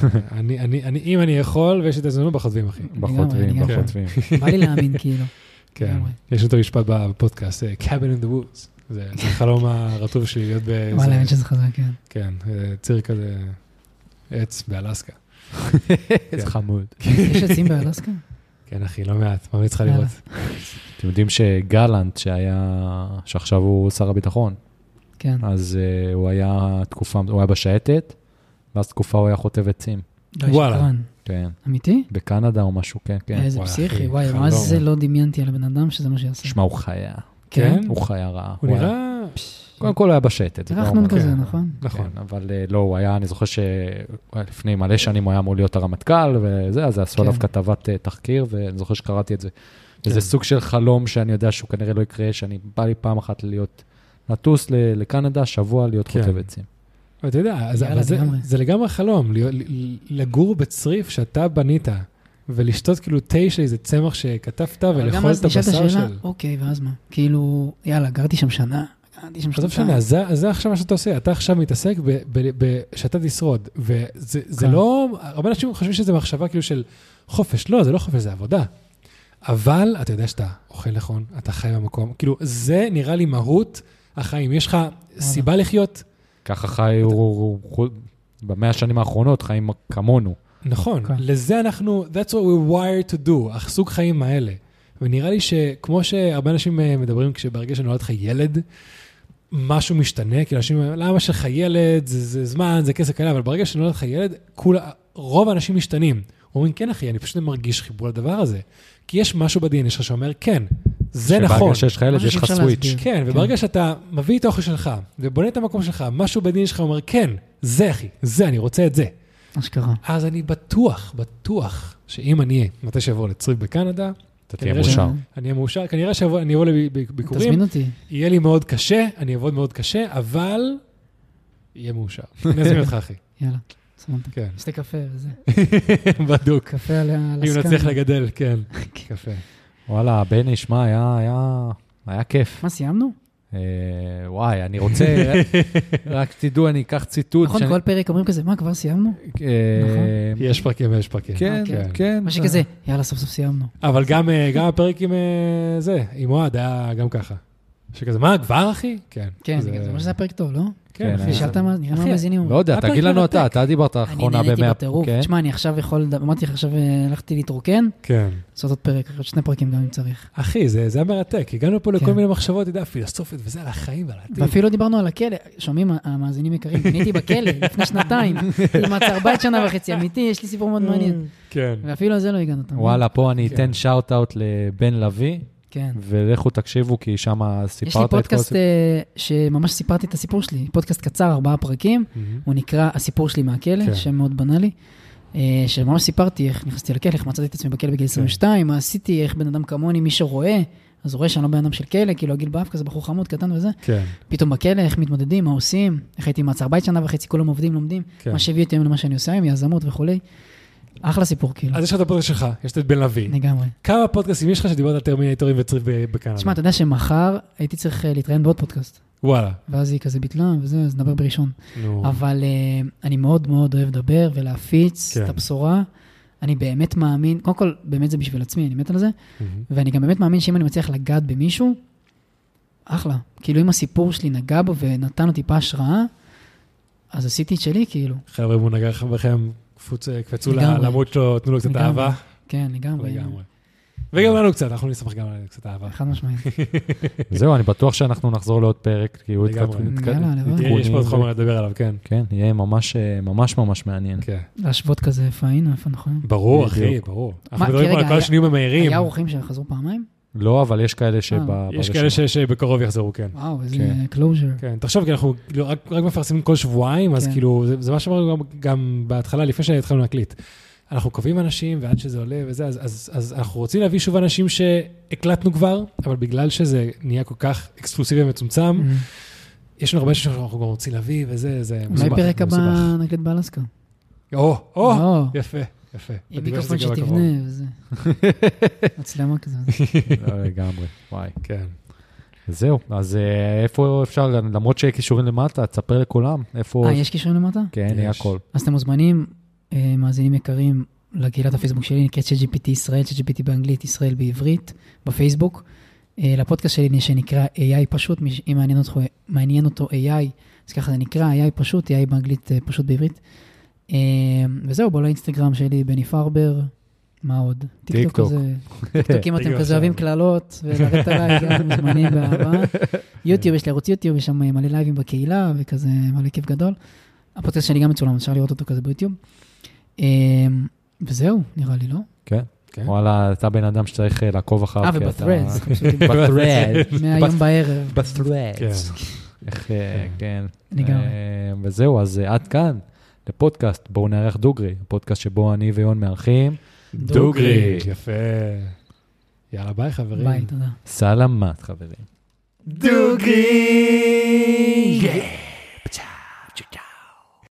אם אני יכול, ויש את הזמנו בחוטבים, אחי. בחוטבים. בא לי להאמין, כאילו. כן, יש את המשפט בפודקאסט, Cabin in the Woods. זה החלום הרטוב שלי להיות באיזה... וואלה, האמת שזה חזק, כן. כן, ציר כזה עץ באלסקה. זה חמוד. יש עצים באלסקה? כן, אחי, לא מעט, מה אני צריכה לראות? אתם יודעים שגלנט, שעכשיו הוא שר הביטחון, כן. אז הוא היה בשייטת, ואז תקופה הוא היה חוטב עצים. וואלה. כן. אמיתי? בקנדה או משהו, כן, כן. איזה פסיכי, וואי, מה זה לא דמיינתי על הבן אדם שזה מה שיעשה. שמע, הוא חיה. כן? הוא חיה רעה. הוא נראה... קודם כל הוא היה בשייטת. רחנון כזה, נכון? נכון. אבל לא, הוא היה, אני זוכר שלפני מלא שנים הוא היה אמור להיות הרמטכ"ל, וזה, אז עשו עליו כתבת תחקיר, ואני זוכר שקראתי את זה. וזה סוג של חלום שאני יודע שהוא כנראה לא יקרה, שאני בא לי פעם אחת לטוס לקנדה, שבוע להיות חוטב עצים. אתה יודע, זה לגמרי חלום, לגור בצריף שאתה בנית, ולשתות כאילו תה של איזה צמח שכתבת, ולאכול את הבשר של... אוקיי, ואז מה? כאילו, יאללה, גרתי שם שנה. חשוב שנה, זה עכשיו מה שאתה עושה, אתה עכשיו מתעסק שאתה תשרוד, וזה לא, הרבה אנשים חושבים שזה מחשבה כאילו של חופש, לא, זה לא חופש, זה עבודה. אבל אתה יודע שאתה אוכל נכון, אתה חי במקום, כאילו זה נראה לי מהות החיים, יש לך סיבה לחיות. ככה חי, במאה השנים האחרונות חיים כמונו. נכון, לזה אנחנו, that's what we're wired to do, הסוג חיים האלה. ונראה לי שכמו שהרבה אנשים מדברים, כשברגע שנולד לך ילד, משהו משתנה, כאילו אנשים, למה שלך ילד, זה זמן, זה כסף כאלה, אבל ברגע שנולד לך ילד, רוב האנשים משתנים. אומרים, כן אחי, אני פשוט מרגיש חיבור לדבר הזה. כי יש משהו בדין, שלך שאומר, כן, זה נכון. שברגע שיש לך ילד, יש לך סוויץ'. כן, וברגע שאתה מביא את האוכל שלך, ובונה את המקום שלך, משהו בדין שלך אומר, כן, זה אחי, זה, אני רוצה את זה. אשכרה. אז אני בטוח, שאם אני אהיה, מתי שיבוא לצריף בקנדה, אתה תהיה מאושר. אני אהיה מאושר, כנראה שאני אבוא לביקורים. תזמין אותי. יהיה לי מאוד קשה, אני אעבוד מאוד קשה, אבל יהיה מאושר. אני אזמין אותך, אחי. יאללה, סמנת. כן. שתי קפה וזה. בדוק. קפה על הסקן. אם נצליח לגדל, כן. קפה. וואלה, בני, שמע, היה כיף. מה, סיימנו? וואי, אני רוצה, רק תדעו, אני אקח ציטוט. נכון, כל פרק אומרים כזה, מה, כבר סיימנו? יש פרקים. כן, כן. מה שכזה, יאללה, סוף סוף סיימנו. אבל גם הפרק עם זה, עם אוהד, היה גם ככה. שכזה, מה, כבר, אחי? כן. כן, זה מה שזה הפרק טוב, לא? כן, אחי. שאלת מה, נראה מה מזינים. לא יודע, תגיד לנו אתה דיברת האחרונה אני נהניתי בטירוף. תשמע, אני עכשיו אמרתי לך, עכשיו הלכתי להתרוקן. כן. לעשות עוד פרק, עוד 2 פרקים גם אם צריך. אחי, זה היה מרתק. הגענו פה לכל מיני מחשבות, אתה יודע, פילוסופית, וזה על החיים ועל העתיד. ואפילו לא דיברנו על הכלא. שומעים, המאזינים יקרים, הייתי בכלא לפני 2, עם מעצר בית 1.5 שנה, אמיתי, יש לי סיפור מאוד מעניין. כן. ואפילו על זה לא הגענו. וואלה, פה אני אתן שאוט-אאוט לבן לוי. כן. ולכו תקשיבו, כי שם סיפרת... יש לי פודקאסט שממש סיפרתי את הסיפור שלי, פודקאסט קצר, 4 פרקים, הוא נקרא הסיפור שלי מהכלא, שם מאוד בנאלי, שממש סיפרתי איך נכנסתי לכלא, איך מצאתי את עצמי בכלא בגיל 22, מה עשיתי, איך בן אדם כמוני, מי שרואה, אז רואה שאני לא בן אדם של כלא, כאילו הגיל באף כזה, בחור חמוד, קטן וזה, פתאום בכלא, איך מתמודדים, מה עושים, איך הייתי מעצר בית 1.5 שנה, כולם עובדים, לומדים, מה שהביא אותי למה שאני עושה, עם יזמות וכולי. אחלה סיפור, כאילו. אז יש לך את הפודקאסט שלך, יש את בן לוי. לגמרי. כמה פודקאסטים יש לך שדיברת על טרמינטורים וצריף בקנדה? תשמע, אתה יודע שמחר הייתי צריך להתראיין בעוד פודקאסט. וואלה. ואז היא כזה ביטלה, וזה, אז נדבר בראשון. אבל אני מאוד מאוד אוהב לדבר ולהפיץ את הבשורה. אני באמת מאמין, קודם כל, באמת זה בשביל עצמי, אני מת על זה, ואני גם באמת מאמין שאם אני מצליח לגעת במישהו, אחלה. כאילו, אם הסיפור שלי נגע בו ונתן לו טיפה השראה, אז עשיתי את שלי, כאילו. חבר'ה, אם הוא נגע בכם, קפצו לעמוד שלו, תנו לו קצת אהבה. כן, לגמרי. וגם לנו קצת, אנחנו נשמח גם לנו קצת אהבה. חד משמעית. זהו, אני בטוח שאנחנו נחזור לעוד פרק, כי הוא יש פה עוד חומר לדבר עליו, כן. כן, יהיה ממש ממש מעניין. להשוות כזה איפה היינו, איפה נכון. ברור, אחי, ברור. אנחנו מדברים על כל השינויים המהירים. היה אורחים שחזרו פעמיים? לא, אבל יש כאלה יש כאלה שבקרוב יחזרו, כן. וואו, איזה קלוז'ר. כן, תחשוב, כי אנחנו רק מפרסמים כל שבועיים, אז כאילו, זה מה שאמרנו גם בהתחלה, לפני שהתחלנו להקליט. אנחנו קובעים אנשים, ועד שזה עולה וזה, אז אנחנו רוצים להביא שוב אנשים שהקלטנו כבר, אבל בגלל שזה נהיה כל כך אקסקלוסיבי ומצומצם, יש לנו הרבה שאנחנו גם רוצים להביא, וזה, זה מסובך. אולי פרק הבא נקליט באלסקה. יפה, יפה. עם מיקרופון שתבנה וזה. מצלמה כזה. לא, לגמרי, וואי. כן. זהו, אז איפה אפשר, למרות שיהיה קישורים למטה, תספר לכולם, איפה... יש קישורים למטה? כן, יהיה הכל. אז אתם מוזמנים, מאזינים יקרים, לקהילת הפייסבוק שלי, נקראת ChatGPT ישראל, ChatGPT באנגלית, ישראל בעברית, בפייסבוק. לפודקאסט שלי שנקרא AI פשוט, אם מעניין אותו AI, אז ככה זה נקרא, AI פשוט, AI באנגלית פשוט בעברית. וזהו, בוא לאינסטגרם שלי, בני פרבר, מה עוד? טיקטוק כזה. טיקטוק, אם אתם כזה אוהבים כללות, ולרדת עליי, גם מוזמנים באהבה. יוטיוב, יש לי ערוץ יוטיוב, יש שם מלא לייבים בקהילה, וכזה מלא כיף גדול. הפודקאסט שלי גם מצולם, אפשר לראות אותו כזה ביוטיוב. וזהו, נראה לי, לא? כן. וואלה, אתה בן אדם שצריך לעקוב אחריו. ובת'רדס. בת'רדס. מהיום בערב. בת'רדס. כן. וזהו, אז עד כאן. לפודקאסט, בואו נערך דוגרי, הפודקאסט שבו אני ויון מארחים. דוגרי. יפה. יאללה, ביי חברים. ביי, תודה. סלמת חברים. דוגרי!